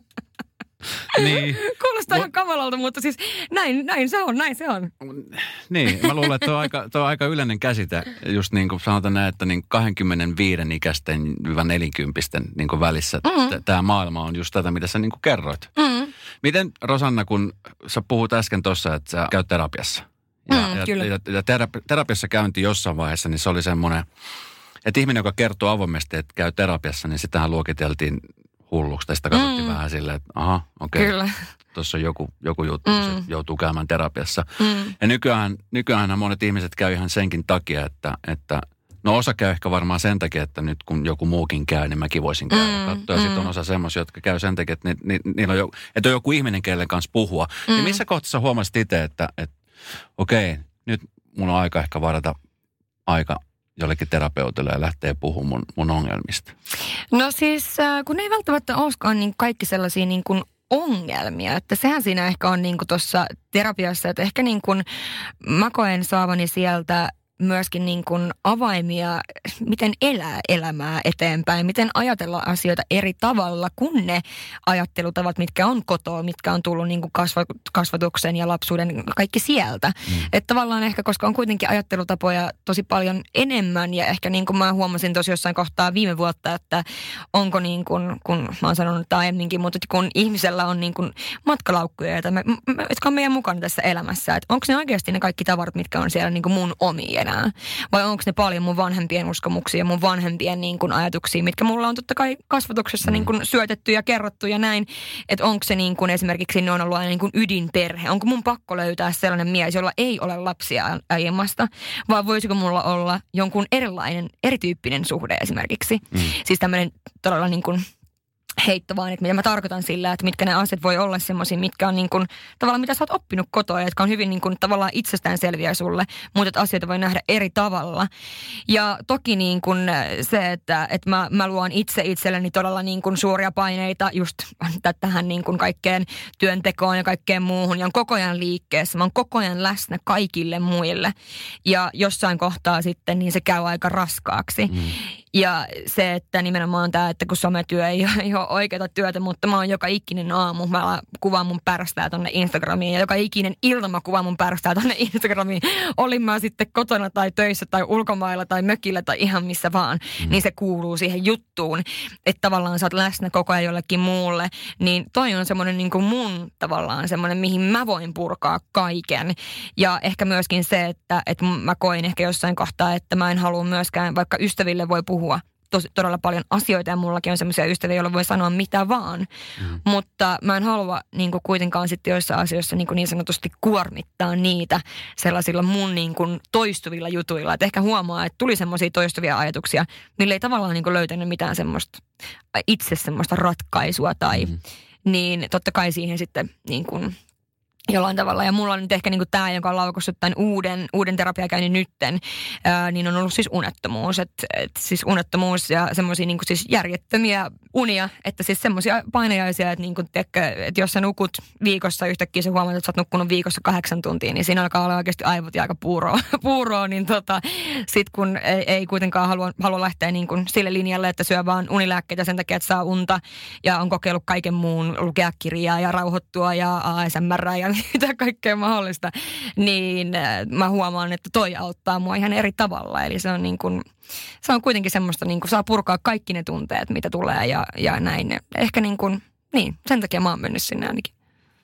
Niin. Kuulostaa ihan kamalalta, mutta siis näin se on. Niin, mä luulen, että tuo on aika yleinen käsite, just niin kuin sanotaan näin, että niin 25 ikäisten 40 niin kuin välissä tämä maailma on just tätä, mitä sä niin kuin kerroit. Miten, Rosanna, kun sä puhut äsken tuossa, että sä käyt terapiassa. Ja terapiassa käynti jossain vaiheessa, niin se oli semmoinen, että ihminen, joka kertoo avoimesti, että käy terapiassa, niin sitähän luokiteltiin hulluksi. Tästä katsottiin vähän silleen, että aha, okei. Kyllä. Tuossa on joku juttu, se joutuu käymään terapiassa. Ja nykyään monet ihmiset käy ihan senkin takia, että no osa käy ehkä varmaan sen takia, että nyt kun joku muukin käy, niin mäkin voisin käydä katsoa. Ja sitten on osa semmoisia, jotka käy sen takia, että niillä on että on joku ihminen, kellen kanssa puhua. Niin missä kohtaa huomasit itse, että okei, nyt mun on aika ehkä varata aika jollekin terapeutille ja lähtee puhumaan mun ongelmista? No siis, kun ei välttämättä olisikaan niin kaikki sellaisia niin kuin ongelmia, että sehän siinä ehkä on niin kuin tuossa terapiassa, että ehkä niin kuin mä koen saavani sieltä myöskin niin kuin avaimia, miten elää elämää eteenpäin, miten ajatella asioita eri tavalla kuin ne ajattelutavat, mitkä on kotoa, mitkä on tullut niin kuin kasvatuksen ja lapsuuden, kaikki sieltä. Että tavallaan ehkä, koska on kuitenkin ajattelutapoja tosi paljon enemmän ja ehkä niin kuin mä huomasin tosi jossain kohtaa viime vuotta, että onko niin kuin, kun mä oon sanonut aiemminkin, mutta kun ihmisellä on niin kuin matkalaukkuja, jotka on meidän mukana tässä elämässä, että onko ne oikeasti ne kaikki tavarat, mitkä on siellä niin kuin mun omia enää? Vai onko ne paljon mun vanhempien uskomuksia ja mun vanhempien niin kuin ajatuksia, mitkä mulla on totta kai kasvatuksessa niin kuin syötetty ja kerrottu ja näin. Että onko se niin kuin esimerkiksi ne on ollut aina niin kuin ydinperhe. Onko mun pakko löytää sellainen mies, jolla ei ole lapsia aiemmasta? Vai voisiko mulla olla jonkun erityyppinen suhde esimerkiksi? Siis tämmöinen todella niin kuin heitto vaan, että mitä mä tarkoitan sillä, että mitkä ne asiat voi olla semmoisia, mitkä on niin kuin, tavallaan mitä sä oot oppinut kotoa, jotka on hyvin niin kuin, tavallaan itsestäänselviä sulle, mutta että asioita voi nähdä eri tavalla. Ja toki niin kuin se, että mä luon itselleni todella niin kuin suuria paineita just tähän niin kuin kaikkeen työntekoon ja kaikkeen muuhun, ja on koko ajan liikkeessä, mä oon koko ajan läsnä kaikille muille, ja jossain kohtaa sitten niin se käy aika raskaaksi. Ja se, että nimenomaan tämä, että kun sometyö ei ole oikeata työtä, mutta mä oon joka ikinen aamu, mä kuvaan mun pärstää tonne Instagramiin ja joka ikinen ilta mä kuvaan mun pärstää tonne Instagramiin. Olin mä sitten kotona tai töissä tai ulkomailla tai mökillä tai ihan missä vaan, niin se kuuluu siihen juttuun, että tavallaan sä oot läsnä koko ajan jollekin muulle. Niin toi on semmoinen niin kuin mun tavallaan semmoinen, mihin mä voin purkaa kaiken. Ja ehkä myöskin se, että mä koin ehkä jossain kohtaa, että mä en halua myöskään, vaikka ystäville voi puhua todella paljon asioita ja mullakin on semmoisia ystäviä, joilla voi sanoa mitä vaan. Mutta mä en halua niin kuin kuitenkaan sitten joissain asioissa niin sanotusti kuormittaa niitä sellaisilla mun niin kuin toistuvilla jutuilla. Et ehkä huomaa, että tuli semmoisia toistuvia ajatuksia, millä ei tavallaan niin kuin löytänyt mitään semmoista itse semmoista ratkaisua tai niin totta kai siihen sitten niin kuin jollain tavalla. Ja mulla on nyt ehkä niinku tämä, joka on laukassut tämän uuden terapiakäynnin nytten, niin on ollut siis unettomuus. Et siis unettomuus ja semmoisia niinku siis järjettömiä unia, että siis semmoisia painajaisia, että niinku, et jos sä nukut viikossa yhtäkkiä sä huomaat, että sä oot nukkunut viikossa 8 tuntia, niin siinä alkaa olla oikeasti aivot ja aika puuroa niin sit kun ei kuitenkaan halua lähteä niinku sille linjalle, että syö vaan unilääkkeitä sen takia, että saa unta ja on kokeillut kaiken muun, lukea kirjaa ja rauhoittua ja ASMR ja mitä kaikkea mahdollista, niin mä huomaan, että toi auttaa mua ihan eri tavalla. Eli se on niin kuin, se on kuitenkin semmoista, niin kuin saa purkaa kaikki ne tunteet, mitä tulee ja näin. Ehkä niin kuin, niin, sen takia mä oon mennyt sinne ainakin.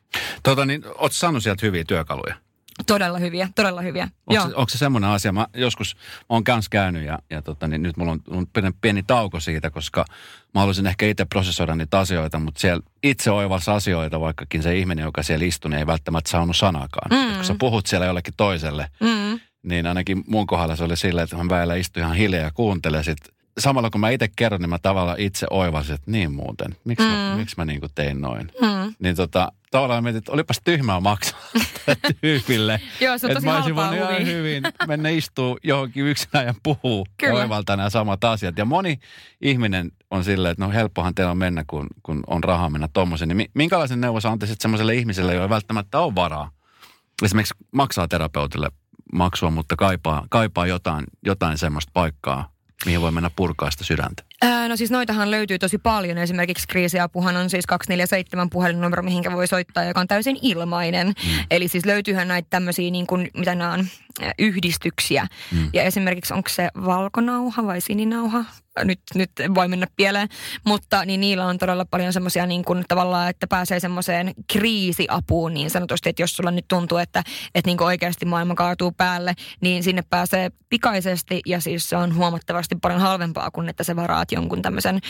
Niin, ootko saanut sieltä hyviä työkaluja? Todella hyviä. Onko se semmoinen asia, mä oon kans käynyt ja niin nyt mulla on pieni tauko siitä, koska mä haluaisin ehkä itse prosessoida niitä asioita, mutta siellä itse oivassa asioita, vaikkakin se ihminen, joka siellä istui, niin ei välttämättä saanut sanaakaan. Kun sä puhut siellä jollekin toiselle, niin ainakin mun kohdalla se oli silleen, että mä väillä istuin ihan hiljaa ja kuuntelen sit. Samalla kun mä itse kerron, niin mä tavallaan itse oivasin, että niin muuten, miksi mä niin kuin tein noin. Niin tavallaan mietin, että olipas tyhmää maksaa tyypille. Joo, se on tosi halpaa ihan hyvin mennä istuu johonkin yksinään ja puhuu ja oivaltaa nämä samat asiat. Ja moni ihminen on silleen, että no helppohan teillä on mennä, kun on rahaa mennä tommosen. Niin minkälaisen neuvon sä antaisit semmoiselle ihmiselle, jolla ei välttämättä ole varaa? Esimerkiksi maksaa terapeutille maksua, mutta kaipaa jotain semmoista paikkaa, mihin voi mennä purkaa sitä sydäntä? No siis noitahan löytyy tosi paljon. Esimerkiksi kriisiapuhan on siis 247 puhelinnumero, mihinkä voi soittaa, joka on täysin ilmainen. Eli siis löytyyhän näitä tämmöisiä, niin kuin, mitä nämä on, yhdistyksiä. Ja esimerkiksi onko se valkonauha vai sininauha? Nyt voi mennä pieleen, mutta niin niillä on todella paljon semmoisia niin kuin tavallaan, että pääsee semmoiseen kriisiapuun niin sanotusti, että jos sulla nyt tuntuu, että niin kuin oikeasti maailma kaatuu päälle, niin sinne pääsee pikaisesti ja siis se on huomattavasti paljon halvempaa kuin että sä varaat jonkun tämmöisen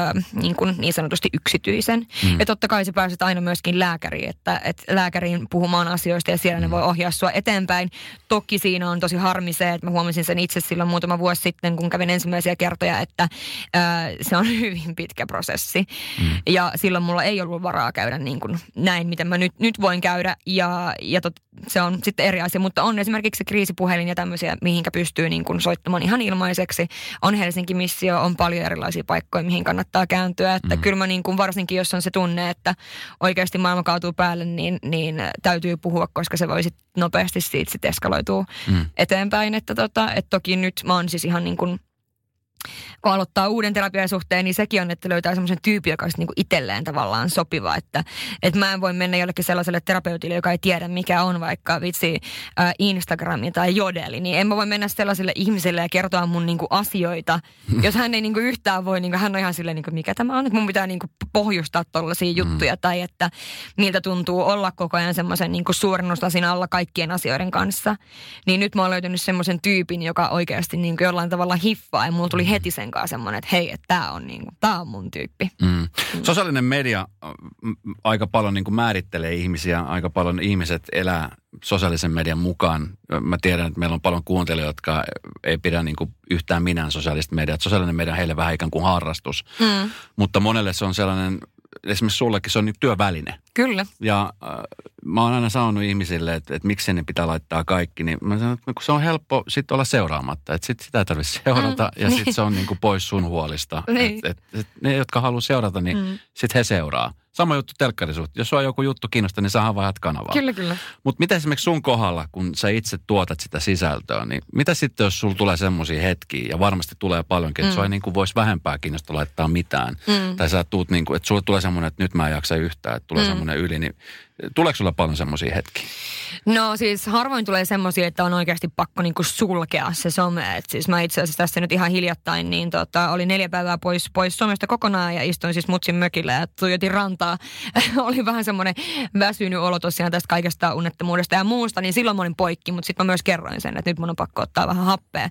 niin sanotusti yksityisen. Ja totta kai sä pääset aina myöskin lääkäriin, että lääkäriin puhumaan asioista ja siellä ne voi ohjaa sua eteenpäin. Toki siinä on tosi harmi se, että mä huomasin sen itse silloin muutama vuosi sitten, kun kävin ensimmäisiä kertoja, että se on hyvin pitkä prosessi. Ja silloin mulla ei ollut varaa käydä niin kuin näin, miten mä nyt voin käydä. Ja se on sitten eri asia. Mutta on esimerkiksi se kriisipuhelin ja tämmöisiä, mihinkä pystyy niin kuin soittamaan ihan ilmaiseksi. On Helsinki Missio, on paljon erilaisia paikkoja, mihin kannattaa kääntyä. Että kyllä mä niin kuin varsinkin, jos on se tunne, että oikeasti maailma kaatuu päälle, niin täytyy puhua, koska se voi sitten nopeasti siitä sitten eskaloitua eteenpäin. Että toki nyt mä oon siis ihan niin kuin kun aloittaa uuden terapian suhteen, niin sekin on, että löytää semmoisen tyypin, joka on niinku itselleen tavallaan sopiva. Että mä en voi mennä jollekin sellaiselle terapeutille, joka ei tiedä, mikä on vaikka Instagrami tai Jodeli. Niin en mä voi mennä sellaiselle ihmiselle ja kertoa mun niinku asioita, jos hän ei niinku yhtään voi, niinku, hän on ihan silleen, niinku, mikä tämä on, että mun pitää niinku pohjustaa tollaisia juttuja. Tai että miltä tuntuu olla koko ajan semmoisen niinku suurennuslasin alla kaikkien asioiden kanssa. Niin nyt mä oon löytänyt semmoisen tyypin, joka oikeasti niinku jollain tavalla hiffaa. Ja mulla tuli heti sen kanssa semmoinen, että hei, että tää on mun tyyppi. Sosiaalinen media aika paljon niin kuin määrittelee ihmisiä, aika paljon ihmiset elää sosiaalisen median mukaan. Mä tiedän, että meillä on paljon kuuntelijoita, jotka ei pidä niin kuin yhtään minään sosiaalista mediaa. Sosiaalinen media on heille vähän ikään kuin harrastus, mutta monelle se on sellainen, esimerkiksi sullekin se on työväline. Kyllä. Ja mä oon aina sanonut ihmisille, että miksi ne pitää laittaa kaikki, niin mä sanon, että kun se on helppo sitten olla seuraamatta. Että sitten sitä ei tarvitse seurata ja sitten se on niin kuin pois sun huolista. Niin. Et ne, jotka haluaa seurata, niin sitten he seuraa. Sama juttu telkkarisuhteen. Jos sua joku juttu kiinnostaa, niin sähän vaihdat kanavaa. Kyllä. Mutta mitä esimerkiksi sun kohdalla, kun sä itse tuotat sitä sisältöä, niin mitä sitten, jos sulla tulee semmoisia hetkiä, ja varmasti tulee paljonkin, että sua ei niin kuin voisi vähempää kiinnostaa laittaa mitään. Tai sä tuut niin kuin, että sulle tulee semmoinen, että nyt mä en jaksa yhtään, että tulee semmoinen yli, niin tuleeko sulla paljon semmoisia hetkiä? No siis harvoin tulee semmoisia, että on oikeasti pakko niinku sulkea se some. Et siis mä itse asiassa tässä nyt ihan hiljattain, niin oli 4 päivää pois somesta kokonaan ja istuin siis mutsin mökillä ja tuijotin rantaa. Oli vähän semmoinen väsynyt olo tosiaan tästä kaikesta unettomuudesta ja muusta, niin silloin mä olin poikki, mutta sitten mä myös kerroin sen, että nyt mun on pakko ottaa vähän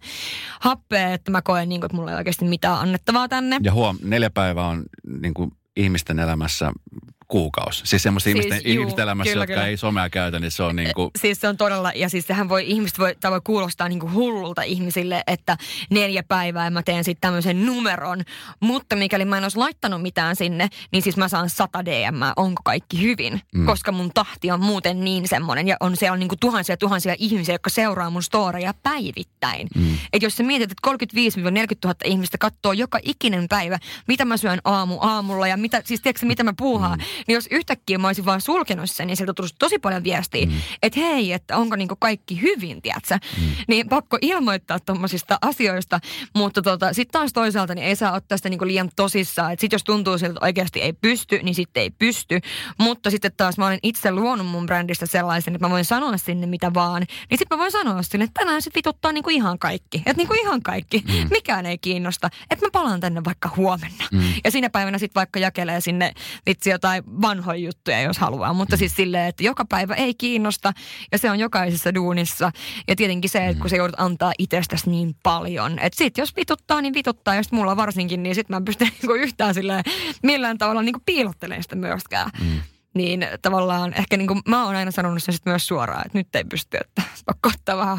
happea, että mä koen niin kuin, että mulla ei oikeasti mitään annettavaa tänne. Ja 4 päivää on niin kuin ihmisten elämässä kuukausi. Siis semmoista ihmisten elämässä, jotka ei somea käytä, niin se on niin kuin... Siis se on todella, ja siis sehän ihmiset voi kuulostaa niin kuin hullulta ihmisille, että 4 päivää ja mä teen sitten tämmöisen numeron. Mutta mikäli mä en olisi laittanut mitään sinne, niin siis mä saan 100 DM:ää, onko kaikki hyvin? Koska mun tahti on muuten niin semmoinen, ja siellä on niin kuin tuhansia ihmisiä, jotka seuraa mun storeja päivittäin. Että jos sä mietit, että 35-40 000 ihmistä katsoo joka ikinen päivä, mitä mä syön aamulla ja mitä mä puuhaan, niin jos yhtäkkiä mä olisin vaan sulkenut sen, niin sieltä tulisi tosi paljon viestiä, että hei, että onko niinku kaikki hyvin, tiedätkö? Niin pakko ilmoittaa tommosista asioista, mutta sitten taas toisaalta niin ei saa ottaa sitä niinku liian tosissaan, että sitten jos tuntuu siltä, että oikeasti ei pysty, niin sitten ei pysty, mutta sitten taas mä olen itse luonut mun brändistä sellaisen, että mä voin sanoa sinne mitä vaan, niin sitten mä voin sanoa sinne, että tänään sitten vituttaa niinku ihan kaikki, että niinku ihan kaikki, mikään ei kiinnosta, että mä palaan tänne vaikka huomenna. Ja siinä päivänä sitten vaikka jakelee sinne vitsi jotain vanhoja juttuja, jos haluaa. Mutta siis silleen, että joka päivä ei kiinnosta ja se on jokaisessa duunissa. Ja tietenkin se, että kun sä joudut antaa itsestäsi niin paljon. Että sit jos vituttaa, niin vituttaa. Ja sit mulla varsinkin, niin sit mä en pysty niinku yhtään silleen millään tavalla niinku piilottelemaan sitä myöskään. Niin tavallaan ehkä niinku mä oon aina sanonut sen sit myös suoraan, että nyt ei pysty, että pakko ottaa vähän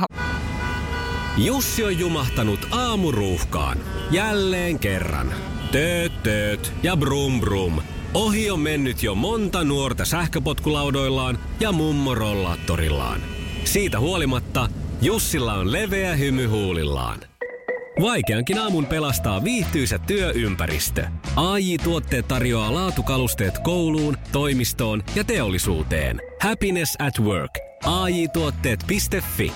Jussi on jumahtanut aamuruuhkaan. Jälleen kerran. Tööt ja brum brum. Ohi on mennyt jo monta nuorta sähköpotkulaudoillaan ja mummorollaattorillaan. Siitä huolimatta Jussilla on leveä hymy huulillaan. Vaikeankin aamun pelastaa viihtyisä työympäristö. AJ-tuotteet tarjoaa laatukalusteet kouluun, toimistoon ja teollisuuteen. Happiness at work. AJ-tuotteet.fi.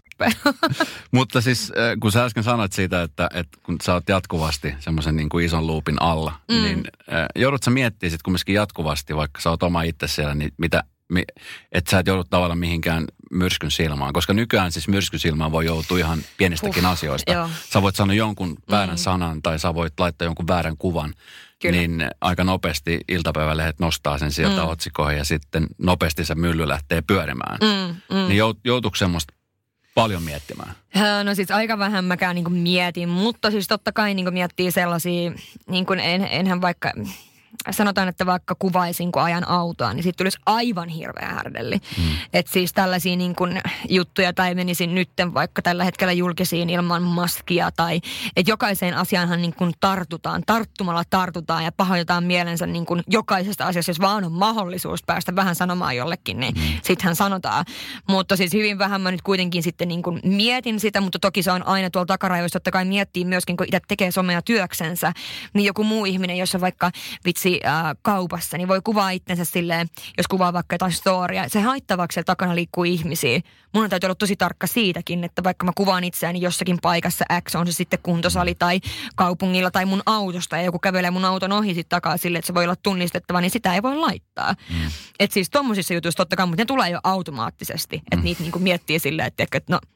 Mutta siis kun sä äsken sanoit siitä, että kun sä oot jatkuvasti semmoisen niin kuin ison luupin alla, niin joudut sä miettimään sit kumminkin jatkuvasti, vaikka sä oot oma itse siellä, niin että sä et joudu tavallaan mihinkään myrskyn silmaan. Koska nykyään siis myrskyn silmaan voi joutua ihan pienistäkin asioista. Joo. Sä voit sanoa jonkun väärän sanan tai sä voit laittaa jonkun väärän kuvan. Kyllä. Niin aika nopeasti iltapäivälehdet nostaa sen sieltä otsikoihin ja sitten nopeasti se mylly lähtee pyörimään. Niin joutuuko semmoista paljon miettimään? No siis aika vähän mäkään niin kuin mietin, mutta siis totta kai niin kuin miettii sellaisia, niin kuin enhän vaikka, sanotaan, että vaikka kuvaisin kun ajan autoa, niin siitä tulisi aivan hirveä härdelli. Että siis tällaisia niin kuin juttuja tai menisin nytten vaikka tällä hetkellä julkisiin ilman maskia tai että jokaiseen asiaanhan niin kuin tarttumalla tartutaan ja pahoitetaan mielensä niin kuin jokaisesta asiasta, jos vaan on mahdollisuus päästä vähän sanomaan jollekin, niin sittenhän sanotaan. Mutta siis hyvin vähän mä nyt kuitenkin sitten niin kuin mietin sitä, mutta toki se on aina tuolla takaraivoissa, totta kai miettii myöskin, kun itse tekee somea työksensä, niin joku muu ihminen, jossa vaikka kaupassa, niin voi kuvaa itsensä silleen, jos kuvaa vaikka jotain storia. Se haittavaksi siellä takana liikkuu ihmisiä. Mun täytyy olla tosi tarkka siitäkin, että vaikka mä kuvaan itseäni jossakin paikassa X, on se sitten kuntosali tai kaupungilla tai mun autosta, ja joku kävelee mun auton ohi sitten takaa silleen, että se voi olla tunnistettava, niin sitä ei voi laittaa. Että siis tommosissa jutuissa totta kai, mutta ne tulee jo automaattisesti. Että niitä niinku miettii silleen, että no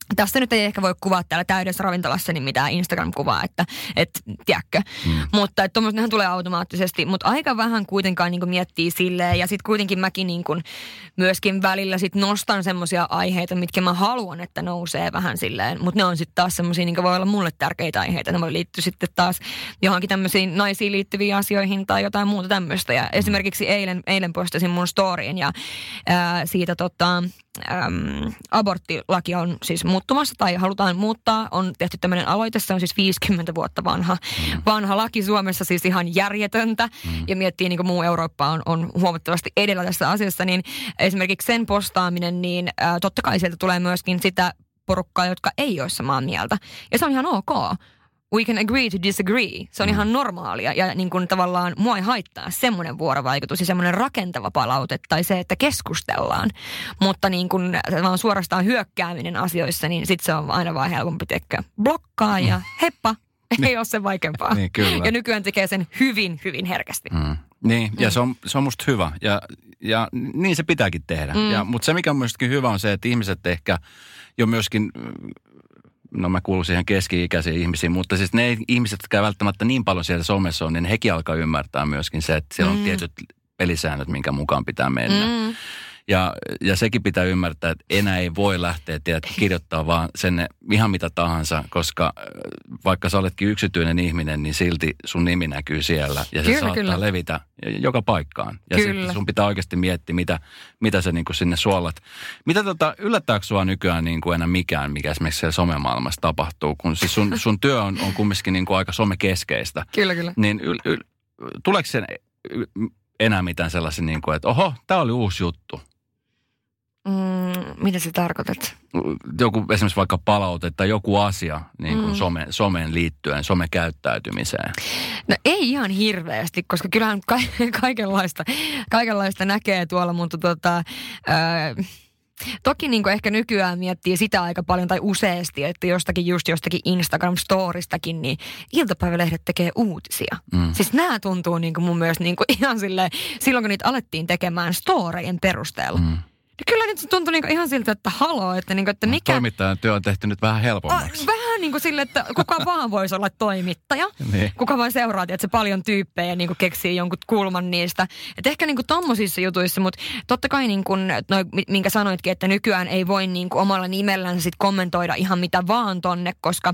Tästä nyt ei ehkä voi kuvaa täällä täydessä ravintolassa niin mitään Instagram-kuvaa, että tiedätkö. Mutta tuommoisethan tulee automaattisesti, mutta aika vähän kuitenkaan niin kuin miettii silleen. Ja sitten kuitenkin mäkin niin kuin myöskin välillä sit nostan semmoisia aiheita, mitkä mä haluan, että nousee vähän silleen. Mutta ne on sitten taas semmoisia, niin kuin voi olla mulle tärkeitä aiheita. Ne voi liittyä sitten taas johonkin tämmöisiin naisiin liittyviin asioihin tai jotain muuta tämmöistä. Ja esimerkiksi eilen postasin mun storyin ja siitä aborttilaki on siis muuttumassa tai halutaan muuttaa. On tehty tämmöinen aloite, se on siis 50 vuotta vanha laki Suomessa, siis ihan järjetöntä. Ja miettii niin kuin muu Eurooppa on huomattavasti edellä tässä asiassa, niin esimerkiksi sen postaaminen, niin totta kai sieltä tulee myöskin sitä porukkaa, jotka ei ole samaa mieltä. Ja se on ihan ok. We can agree to disagree. Se on ihan normaalia ja niin kuin tavallaan mua ei haittaa semmoinen vuorovaikutus ja semmoinen rakentava palaute tai se, että keskustellaan. Mutta niin kuin vaan suorastaan hyökkääminen asioissa, niin sitten se on aina vaan helpompi tehdä blokkaa ja heppa. Ei ole se vaikeampaa. Niin, kyllä. Ja nykyään tekee sen hyvin, hyvin herkästi. Niin, ja se on musta hyvä. Ja niin se pitääkin tehdä. Mutta se, mikä on myöskin hyvä, on se, että ihmiset ehkä jo myöskin... No mä kuulun siihen keski-ikäisiin ihmisiin, mutta siis ne ihmiset, jotka ei välttämättä niin paljon siellä somessa on, niin hekin alkaa ymmärtää myöskin se, että siellä on tietyt pelisäännöt, minkä mukaan pitää mennä. Ja sekin pitää ymmärtää, että enää ei voi lähteä kirjoittaa vaan sen ihan mitä tahansa, koska vaikka sä oletkin yksityinen ihminen, niin silti sun nimi näkyy siellä. Ja se saattaa levitä joka paikkaan. Ja sitten sun pitää oikeasti miettiä, mitä sä niin kuin sinne suolat. Mitä yllättääkö sua nykyään niin kuin enää mikään, mikä esimerkiksi siellä somemaailmassa tapahtuu? Kun siis sun työ on kumminkin niin kuin aika somekeskeistä. Kyllä. Niin tuleeko sen enää mitään sellaisen, niin kuin, että oho, tää oli uusi juttu? Mitä sä tarkoitat? Joku esimerkiksi vaikka palaute tai joku asia niin kuin someen liittyen, somekäyttäytymiseen. No ei ihan hirveästi, koska kyllähän kaikenlaista näkee tuolla, mutta toki niin kuin ehkä nykyään miettii sitä aika paljon tai useasti, että jostakin Instagram-storistakin, niin iltapäivälehdet tekee uutisia. Siis nämä tuntuu niin kuin mun mielestä niin kuin ihan silleen, silloin kun niitä alettiin tekemään storejen perusteella. Niin kyllä nyt se tuntui niinku ihan siltä, että haloo, että mikä... Toimittajan työ on tehty nyt vähän helpommaksi. Vähän niin kuin sille, että kuka vaan voisi olla toimittaja. Niin. Kuka vaan seuraa, että se paljon tyyppejä niin kuin keksii jonkun kulman niistä. Että ehkä niin kuin tommosissa jutuissa, mutta totta kai niin kuin, minkä sanoitkin, että nykyään ei voi niin kuin omalla nimellänsä sit kommentoida ihan mitä vaan tonne, koska...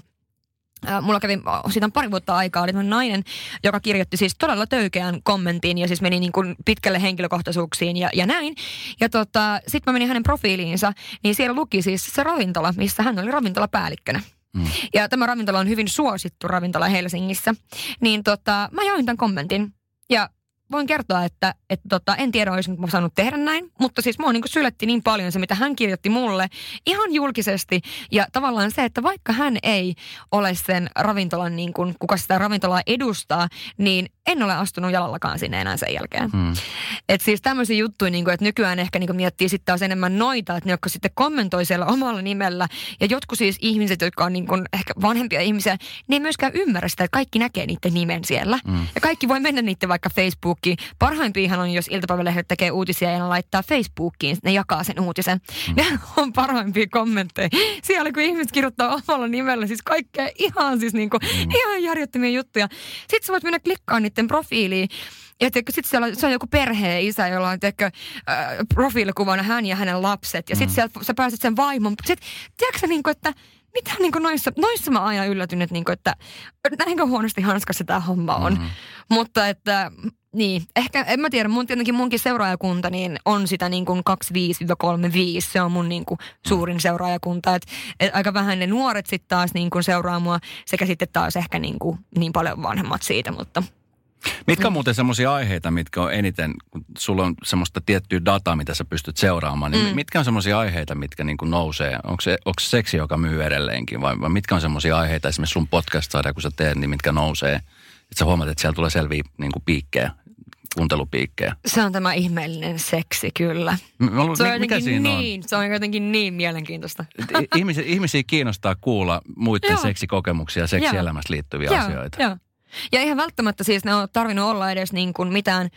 Mulla kävi, siitä on pari vuotta aikaa, oli nainen, joka kirjoitti siis todella töykeän kommentin ja siis meni niin kuin pitkälle henkilökohtaisuuksiin ja näin. Ja sitten mä menin hänen profiiliinsa, niin siellä luki siis se ravintola, missä hän oli ravintolapäällikkönä. Ja tämä ravintola on hyvin suosittu ravintola Helsingissä. Niin mä jaoin tämän kommentin ja voin kertoa, että en tiedä, olisin saanut tehdä näin, mutta siis mua niin kuin syletti niin paljon se, mitä hän kirjoitti mulle ihan julkisesti. Ja tavallaan se, että vaikka hän ei ole sen ravintolan, niin kuin, kuka sitä ravintolaa edustaa, niin en ole astunut jalallakaan sinne enää sen jälkeen. Että siis tämmöisiä juttuja, niin kuin, että nykyään ehkä niin kuin miettii sitten taas enemmän noita, että ne, jotka sitten kommentoi siellä omalla nimellä. Ja jotkut siis ihmiset, jotka on niin kuin ehkä vanhempia ihmisiä, ne ei myöskään ymmärrä sitä, että kaikki näkee niiden nimen siellä. Ja kaikki voi mennä niiden vaikka Facebookiin. Parhaimpiahan on, jos iltapäivälehdet tekee uutisia ja ne laittaa Facebookiin, ne jakaa sen uutisen. Ne on parhaimpia kommentteja. Siellä kun ihmiset kirjoittaa omalla nimellä, siis kaikkea ihan siis niin kuin, ihan järjettömiä juttuja. Sitten sä voit mennä klikkaamaan niiden profiiliin. Ja sitten se on joku perheen isä, jolla on profiilikuvana hän ja hänen lapset. Ja sitten sä pääset sen vaimon. Sitten tiedätkö niin kuin, että mitä niin kuin noissa mä aina yllätyn, että näinkö huonosti hanskassa tämä homma on. Mutta että... Niin, ehkä, en mä tiedä, munkin seuraajakunta niin on sitä niin kuin 25-35, se on mun niin kuin suurin seuraajakunta. Et aika vähän ne nuoret sitten taas niin kuin seuraa mua, sekä sitten taas ehkä niin paljon vanhemmat siitä, mutta... Mitkä on muuten semmoisia aiheita, mitkä on eniten, kun sulla on semmoista tiettyä dataa, mitä sä pystyt seuraamaan, niin mitkä on semmoisia aiheita, mitkä niin kuin nousee? Onko se seksi, joka myy edelleenkin, vai mitkä on semmoisia aiheita, esimerkiksi sun podcast-sarja, kun sä teet, niin mitkä nousee? Että sä huomaat, että siellä tulee selviä niin kuin piikkejä. Kuuntelupiikkejä. Se on tämä ihmeellinen seksi, kyllä. Mikä siinä on? Se on jotenkin niin mielenkiintoista. Ihmisiä kiinnostaa kuulla muiden seksikokemuksia ja seksielämässä liittyviä asioita. Joo. Ja ihan välttämättä siis ne on tarvinnut olla edes niin kuin mitään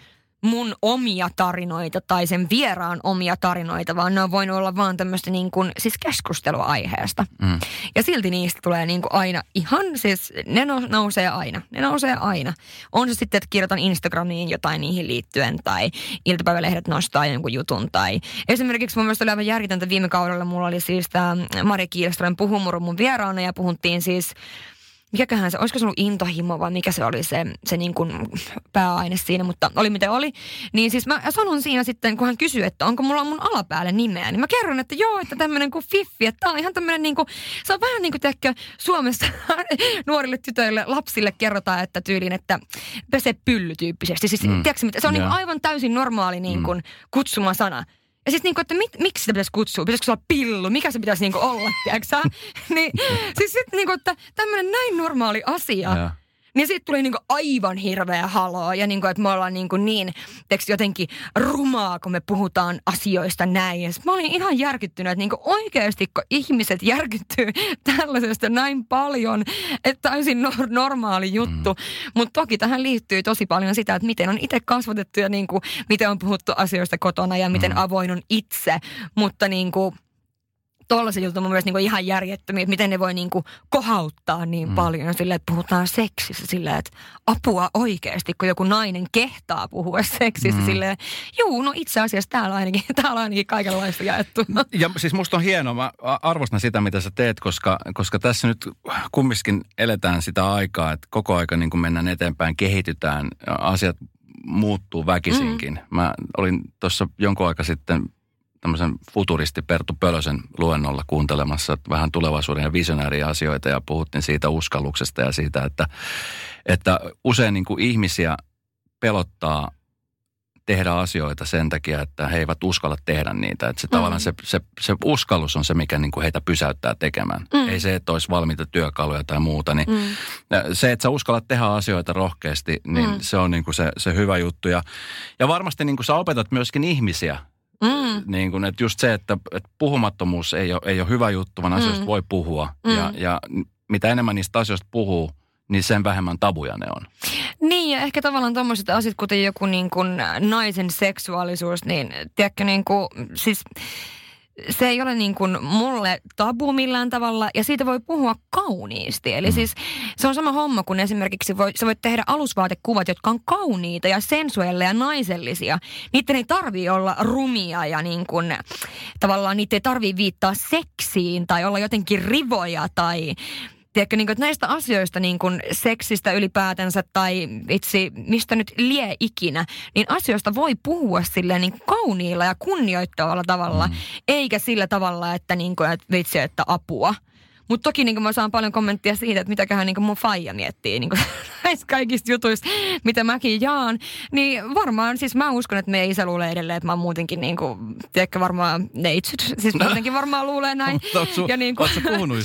mun omia tarinoita tai sen vieraan omia tarinoita, vaan ne on voinut olla vaan tämmöistä niin kuin, siis keskusteluaiheesta. Ja silti niistä tulee niin kuin aina ihan, siis ne nousee aina. Ne nousee aina. On se sitten, että kirjoitan Instagramiin jotain niihin liittyen tai iltapäivälehdet nostaa jonkun jutun. Tai esimerkiksi mun mielestä oli aivan järjetöntä viime kaudella. Mulla oli siis tämä Mari Kiilström Puhumuru mun vieraana ja puhuttiin siis mikäköhän se, olisiko se ollut intohimo vai mikä se oli se niin kuin pääaine siinä, mutta oli miten oli. Niin siis mä sanon siinä sitten, kun hän kysyy, että onko mulla mun alapäälle nimeä, niin mä kerron, että joo, että tämmöinen kuin Fiffi, että tää on ihan tämmöinen niin kuin, se on vähän niin kuin tehkö Suomessa nuorille tytöille, lapsille kerrotaan, että tyyliin, että pese pylly tyyppisesti. Siis tiedätkö, se on niin kuin aivan täysin normaali niin kuin kutsuma sana. Ja siis niinku, että miksi sitä pitäisi kutsua? Pitäisikö se olla pillu? Mikä se pitäisi niinku olla, tiedätkö? Niin siis sitten niinku, että tämmöinen näin normaali asia. Ja. Niin siitä tuli niinku aivan hirveä haloo. Ja niinku, että me ollaan niinku niin jotenkin rumaa, kun me puhutaan asioista näin. Ja mä olin ihan järkyttynyt, että niinku oikeasti, kun ihmiset järkyttyy tällaisesta näin paljon, että täysin normaali juttu. Mutta toki tähän liittyy tosi paljon sitä, että miten on itse kasvatettu ja niinku, miten on puhuttu asioista kotona ja miten avoin on itse. Mutta niinku tuollaisen jutun mun mielestä niinku ihan järjettömiä, että miten ne voi niinku kohauttaa niin paljon silleen, että puhutaan seksissä silleen, että apua oikeasti, kun joku nainen kehtaa puhua seksissä silleen, juu, no itse asiassa täällä on ainakin kaikenlaista jaettu. Ja siis musta on hienoa, mä arvostan sitä, mitä sä teet, koska tässä nyt kumminkin eletään sitä aikaa, että koko aika niin kuin mennään eteenpäin, kehitytään, asiat muuttuu väkisinkin. Mä olin tuossa jonkun aika sitten tämmöisen futuristi Perttu Pölösen luennolla kuuntelemassa vähän tulevaisuuden ja visionääriä asioita ja puhuttiin siitä uskalluksesta ja siitä, että usein niin kuin ihmisiä pelottaa tehdä asioita sen takia, että he eivät uskalla tehdä niitä. Että se tavallaan se uskallus on se, mikä niin kuin heitä pysäyttää tekemään. Ei se, että olisi valmiita työkaluja tai muuta. Niin se, että sä uskallat tehdä asioita rohkeasti, niin se on niin kuin se hyvä juttu. Ja varmasti niin kuin sä opetat myöskin ihmisiä. Niin kuin, että just se, että puhumattomuus ei ole hyvä juttu, vaan asioista voi puhua. Ja mitä enemmän niistä asioista puhuu, niin sen vähemmän tabuja ne on. Niin, ja ehkä tavallaan tommoiset asiat, kuten joku niin kuin naisen seksuaalisuus, niin tiedätkö niin kuin, siis se ei ole niin kuin mulle tabu millään tavalla, ja siitä voi puhua kauniisti. Eli siis se on sama homma, kun esimerkiksi sä voit tehdä alusvaatekuvat, jotka on kauniita ja sensuelle ja naisellisia. Niiden ei tarvii olla rumia ja niin kuin, tavallaan niitä ei tarvii viittaa seksiin tai olla jotenkin rivoja tai tiedätkö, niin kuin, että näistä asioista niin kuin seksistä ylipäätänsä tai itse mistä nyt lie ikinä, niin asioista voi puhua silleen niin kauniilla ja kunnioittavalla tavalla, eikä sillä tavalla, että, niin kuin, että vitsi, että apua. Mutta toki niin mä saan paljon kommenttia siitä, että mitäköhän niin mun faija miettii niin näistä kaikista jutuista, mitä mäkin jaan. Niin varmaan, siis mä uskon, että meidän isä luulee edelleen, että mä oon muutenkin niin kuin, tiedätkö varmaan neitsyt. Siis muutenkin varmaan luulee näin. Ootko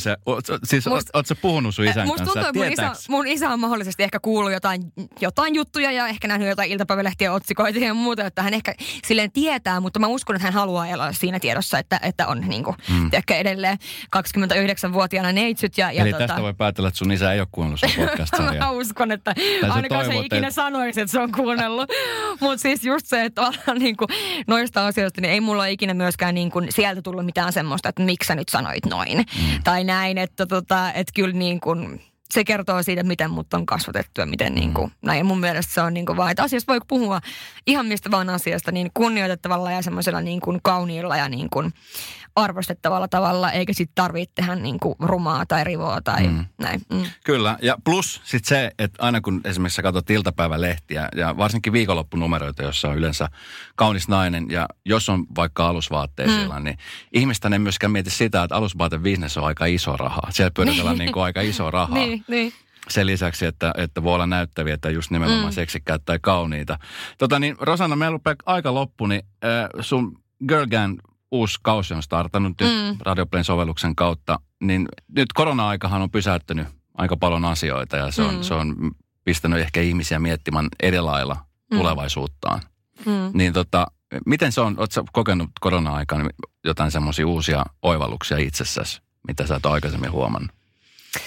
sä puhunut sun isän musta kanssa? Tuntuu, että mun isä on mahdollisesti ehkä kuullut jotain juttuja ja ehkä nähnyt jotain iltapäivälehtien otsikoita ja muuta, että hän ehkä silleen tietää, mutta mä uskon, että hän haluaa elää siinä tiedossa, että on niin kuin, tiedätkö edelleen 29-vuotiaana neitsyt. Eli tästä voi päätellä, että sun isä ei ole kuunnellut sun podcast-sarjaa. Mä uskon, että ainakaan se ikinä sanoisi, että se on kuunnellut. Mutta siis just se, että niin kuin noista asioista, niin ei mulla ole ikinä myöskään niin kuin sieltä tullut mitään semmoista, että miksi sä nyt sanoit noin. Tai näin, että kyllä niin kuin se kertoo siitä, miten mut on kasvatettu ja miten niin kuin, näin. Mun mielestä se on niin kuin vaan, että asiasta voi puhua ihan mistä vaan asiasta niin kunnioitettavalla ja semmoisella niin kuin kauniilla ja niin kuin arvostettavalla tavalla, eikä sitten tarvitse tehdä niin kuin rumaa tai rivoa tai näin. Kyllä, ja plus sitten se, että aina kun esimerkiksi sä katsot iltapäivälehtiä ja varsinkin viikonloppunumeroita, jossa on yleensä kaunis nainen ja jos on vaikka alusvaatteisilla, niin ihmistä ei myöskään mieti sitä, että alusvaatebisnes on aika iso raha. Siellä pyöritellään niin kuin aika iso rahaa. Niin. Sen lisäksi, että voi olla näyttäviä, että just nimenomaan seksikkäät tai kauniita. Niin Rosanna, meillä rupeaa aika loppu, niin sun Girl Gang uusi kausi on startannut nyt Radioplayn sovelluksen kautta, niin nyt korona-aikahan on pysäyttänyt aika paljon asioita ja se on pistänyt ehkä ihmisiä miettimään eri lailla tulevaisuuttaan. Niin miten se on, ootko sä kokenut korona-aikana jotain semmoisia uusia oivalluksia itsessäsi, mitä sä et ole aikaisemmin huomannut?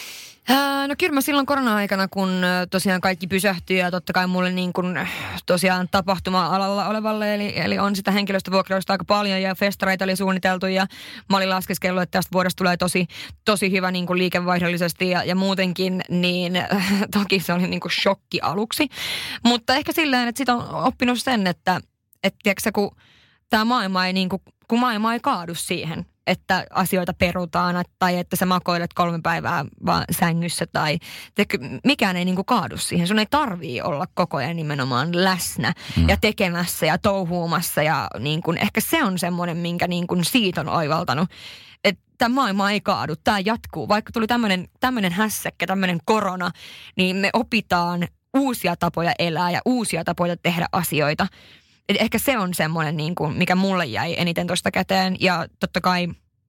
No kyllä mä silloin korona-aikana, kun tosiaan kaikki pysähtyi ja totta kai mulle niin kuin tosiaan tapahtuma-alalla olevalle, eli on sitä henkilöstövuokrausta aika paljon ja festareita oli suunniteltu ja mä olin laskeskellut, että tästä vuodesta tulee tosi hyvä niin kuin liikevaihdollisesti ja muutenkin, niin toki se oli niin kuin shokki aluksi. Mutta ehkä silleen, että sit on oppinut sen, että tiedätkö, kun tämä maailma ei, niin kuin, kun maailma ei kaadu siihen, että asioita perutaan tai että sä makoilet 3 päivää vaan sängyssä tai mikään ei niinku kaadu siihen. Sun ei tarvii olla koko ajan nimenomaan läsnä ja tekemässä ja touhuumassa ja niinku, ehkä se on semmoinen, minkä niinku siitä on oivaltanut. Että maailma ei kaadu, tämä jatkuu. Vaikka tuli tämmöinen hässäkkä, tämmöinen korona, niin me opitaan uusia tapoja elää ja uusia tapoja tehdä asioita. Et ehkä se on semmoinen, niin kuin, mikä mulle jäi eniten tuosta käteen. Ja totta kai,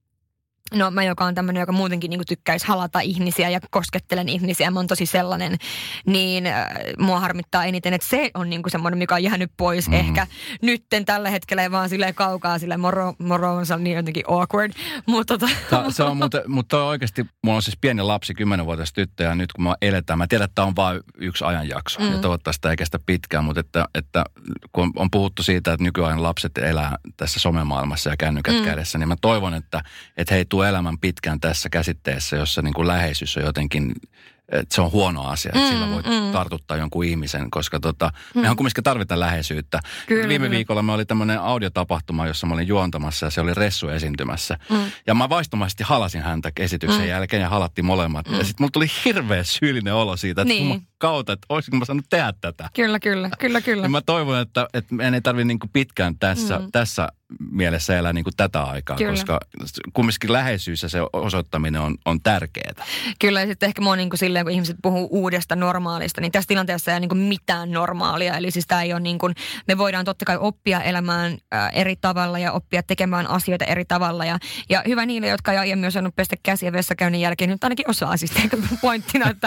no mä joka on tämmöinen, joka muutenkin niin kuin tykkäisi halata ihmisiä ja koskettelen ihmisiä. Mä oon tosi sellainen, niin mua harmittaa eniten, että se on niin kuin semmoinen, mikä on jäänyt pois ehkä nytten tällä hetkellä ei vaan silleen kaukaa, silleen moro on niin jotenkin awkward. Mutta se on mutta oikeasti, mulla on siis pieni lapsi, 10-vuotias tyttö ja nyt kun mä eletään, mä tiedän, että tämä on vain yksi ajanjakso ja toivottavasti tämä ei kestä pitkään, mutta että kun on puhuttu siitä, että nykyajan lapset elää tässä somemaailmassa ja kännykät kädessä, niin mä toivon, että he ei tule elämän pitkään tässä käsitteessä, jossa niin kuin läheisyys on jotenkin, että se on huono asia, että sillä voi tartuttaa jonkun ihmisen, koska mehän kumminkin tarvitaan läheisyyttä. Viime viikolla me oli tämmöinen audiotapahtuma, jossa mä olin juontamassa ja se oli Ressu esiintymässä. Ja mä vaistomaisesti halasin häntä esityksen jälkeen ja halattiin molemmat. Ja sitten mulla tuli hirveä syyllinen olo siitä, että kautta, että olisinko mä saanut tehdä tätä. Kyllä. Ja mä toivon, että meidän ei tarvitse niin kuin pitkään tässä mielessä elää niin kuin tätä aikaa, koska kumminkin läheisyys ja se osoittaminen on tärkeää. Kyllä, ja sitten ehkä mua niin kuin silleen, kun ihmiset puhuu uudesta normaalista, niin tässä tilanteessa ei ole niin kuin mitään normaalia. Eli siis tämä ei ole niin kuin, me voidaan totta kai oppia elämään eri tavalla ja oppia tekemään asioita eri tavalla. Ja hyvä niille, jotka ei aiemmin osannut pestä käsiä vessakäynnin jälkeen, nyt ainakin osaa siis pointtina, että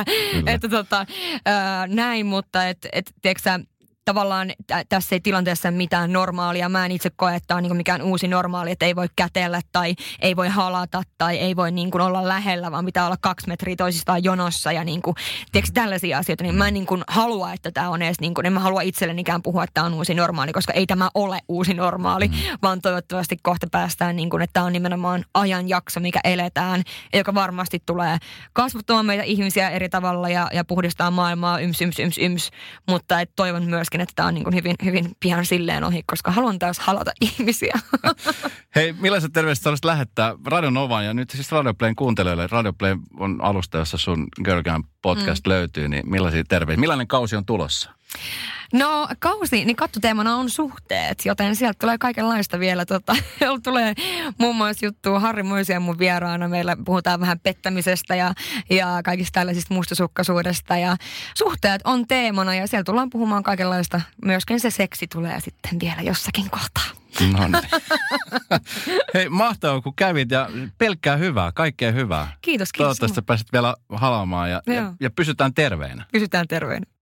näin, mutta tiedätkö sä, tavallaan tässä ei tilanteessa mitään normaalia. Mä en itse koe, että on niin mikään uusi normaali, että ei voi kätellä tai ei voi halata tai ei voi niin kuin olla lähellä, vaan pitää olla 2 metriä toisistaan jonossa ja niin kuin, tiedätkö, tällaisia asioita. Niin mä en niin kuin halua, että tämä on edes, niin kuin, en mä halua itsellenikään puhua, että tämä on uusi normaali, koska ei tämä ole uusi normaali, vaan toivottavasti kohta päästään niin kuin, että tämä on nimenomaan ajanjakso, mikä eletään, joka varmasti tulee kasvattamaan meitä ihmisiä eri tavalla ja puhdistaa maailmaa yms, mutta toivon myöskin, että tämä on niin kuin hyvin pian silleen ohi, koska haluan taas halata ihmisiä. Hei, millaiset terveiset haluaisit lähettää Radio Novan ja nyt siis Radio Playn kuuntelijoille? Radio Play on alusta, jossa sun Girl Gang podcast löytyy, niin millaisia terveisiä? Millainen kausi on tulossa? No kausi, niin kattoteemana on suhteet, joten sieltä tulee kaikenlaista vielä. Tulee muun muassa juttua Harri Moisia mun vieraana. Meillä puhutaan vähän pettämisestä ja kaikista tällaisista mustasukkaisuudesta. Ja suhteet on teemana ja siellä tullaan puhumaan kaikenlaista. Myöskin se seksi tulee sitten vielä jossakin kohtaa. No niin. Hei, mahtavaa kun kävit ja pelkkää hyvää, kaikkea hyvää. Kiitos. Toivottavasti pääset vielä halaamaan ja pysytään terveinä. Pysytään terveinä.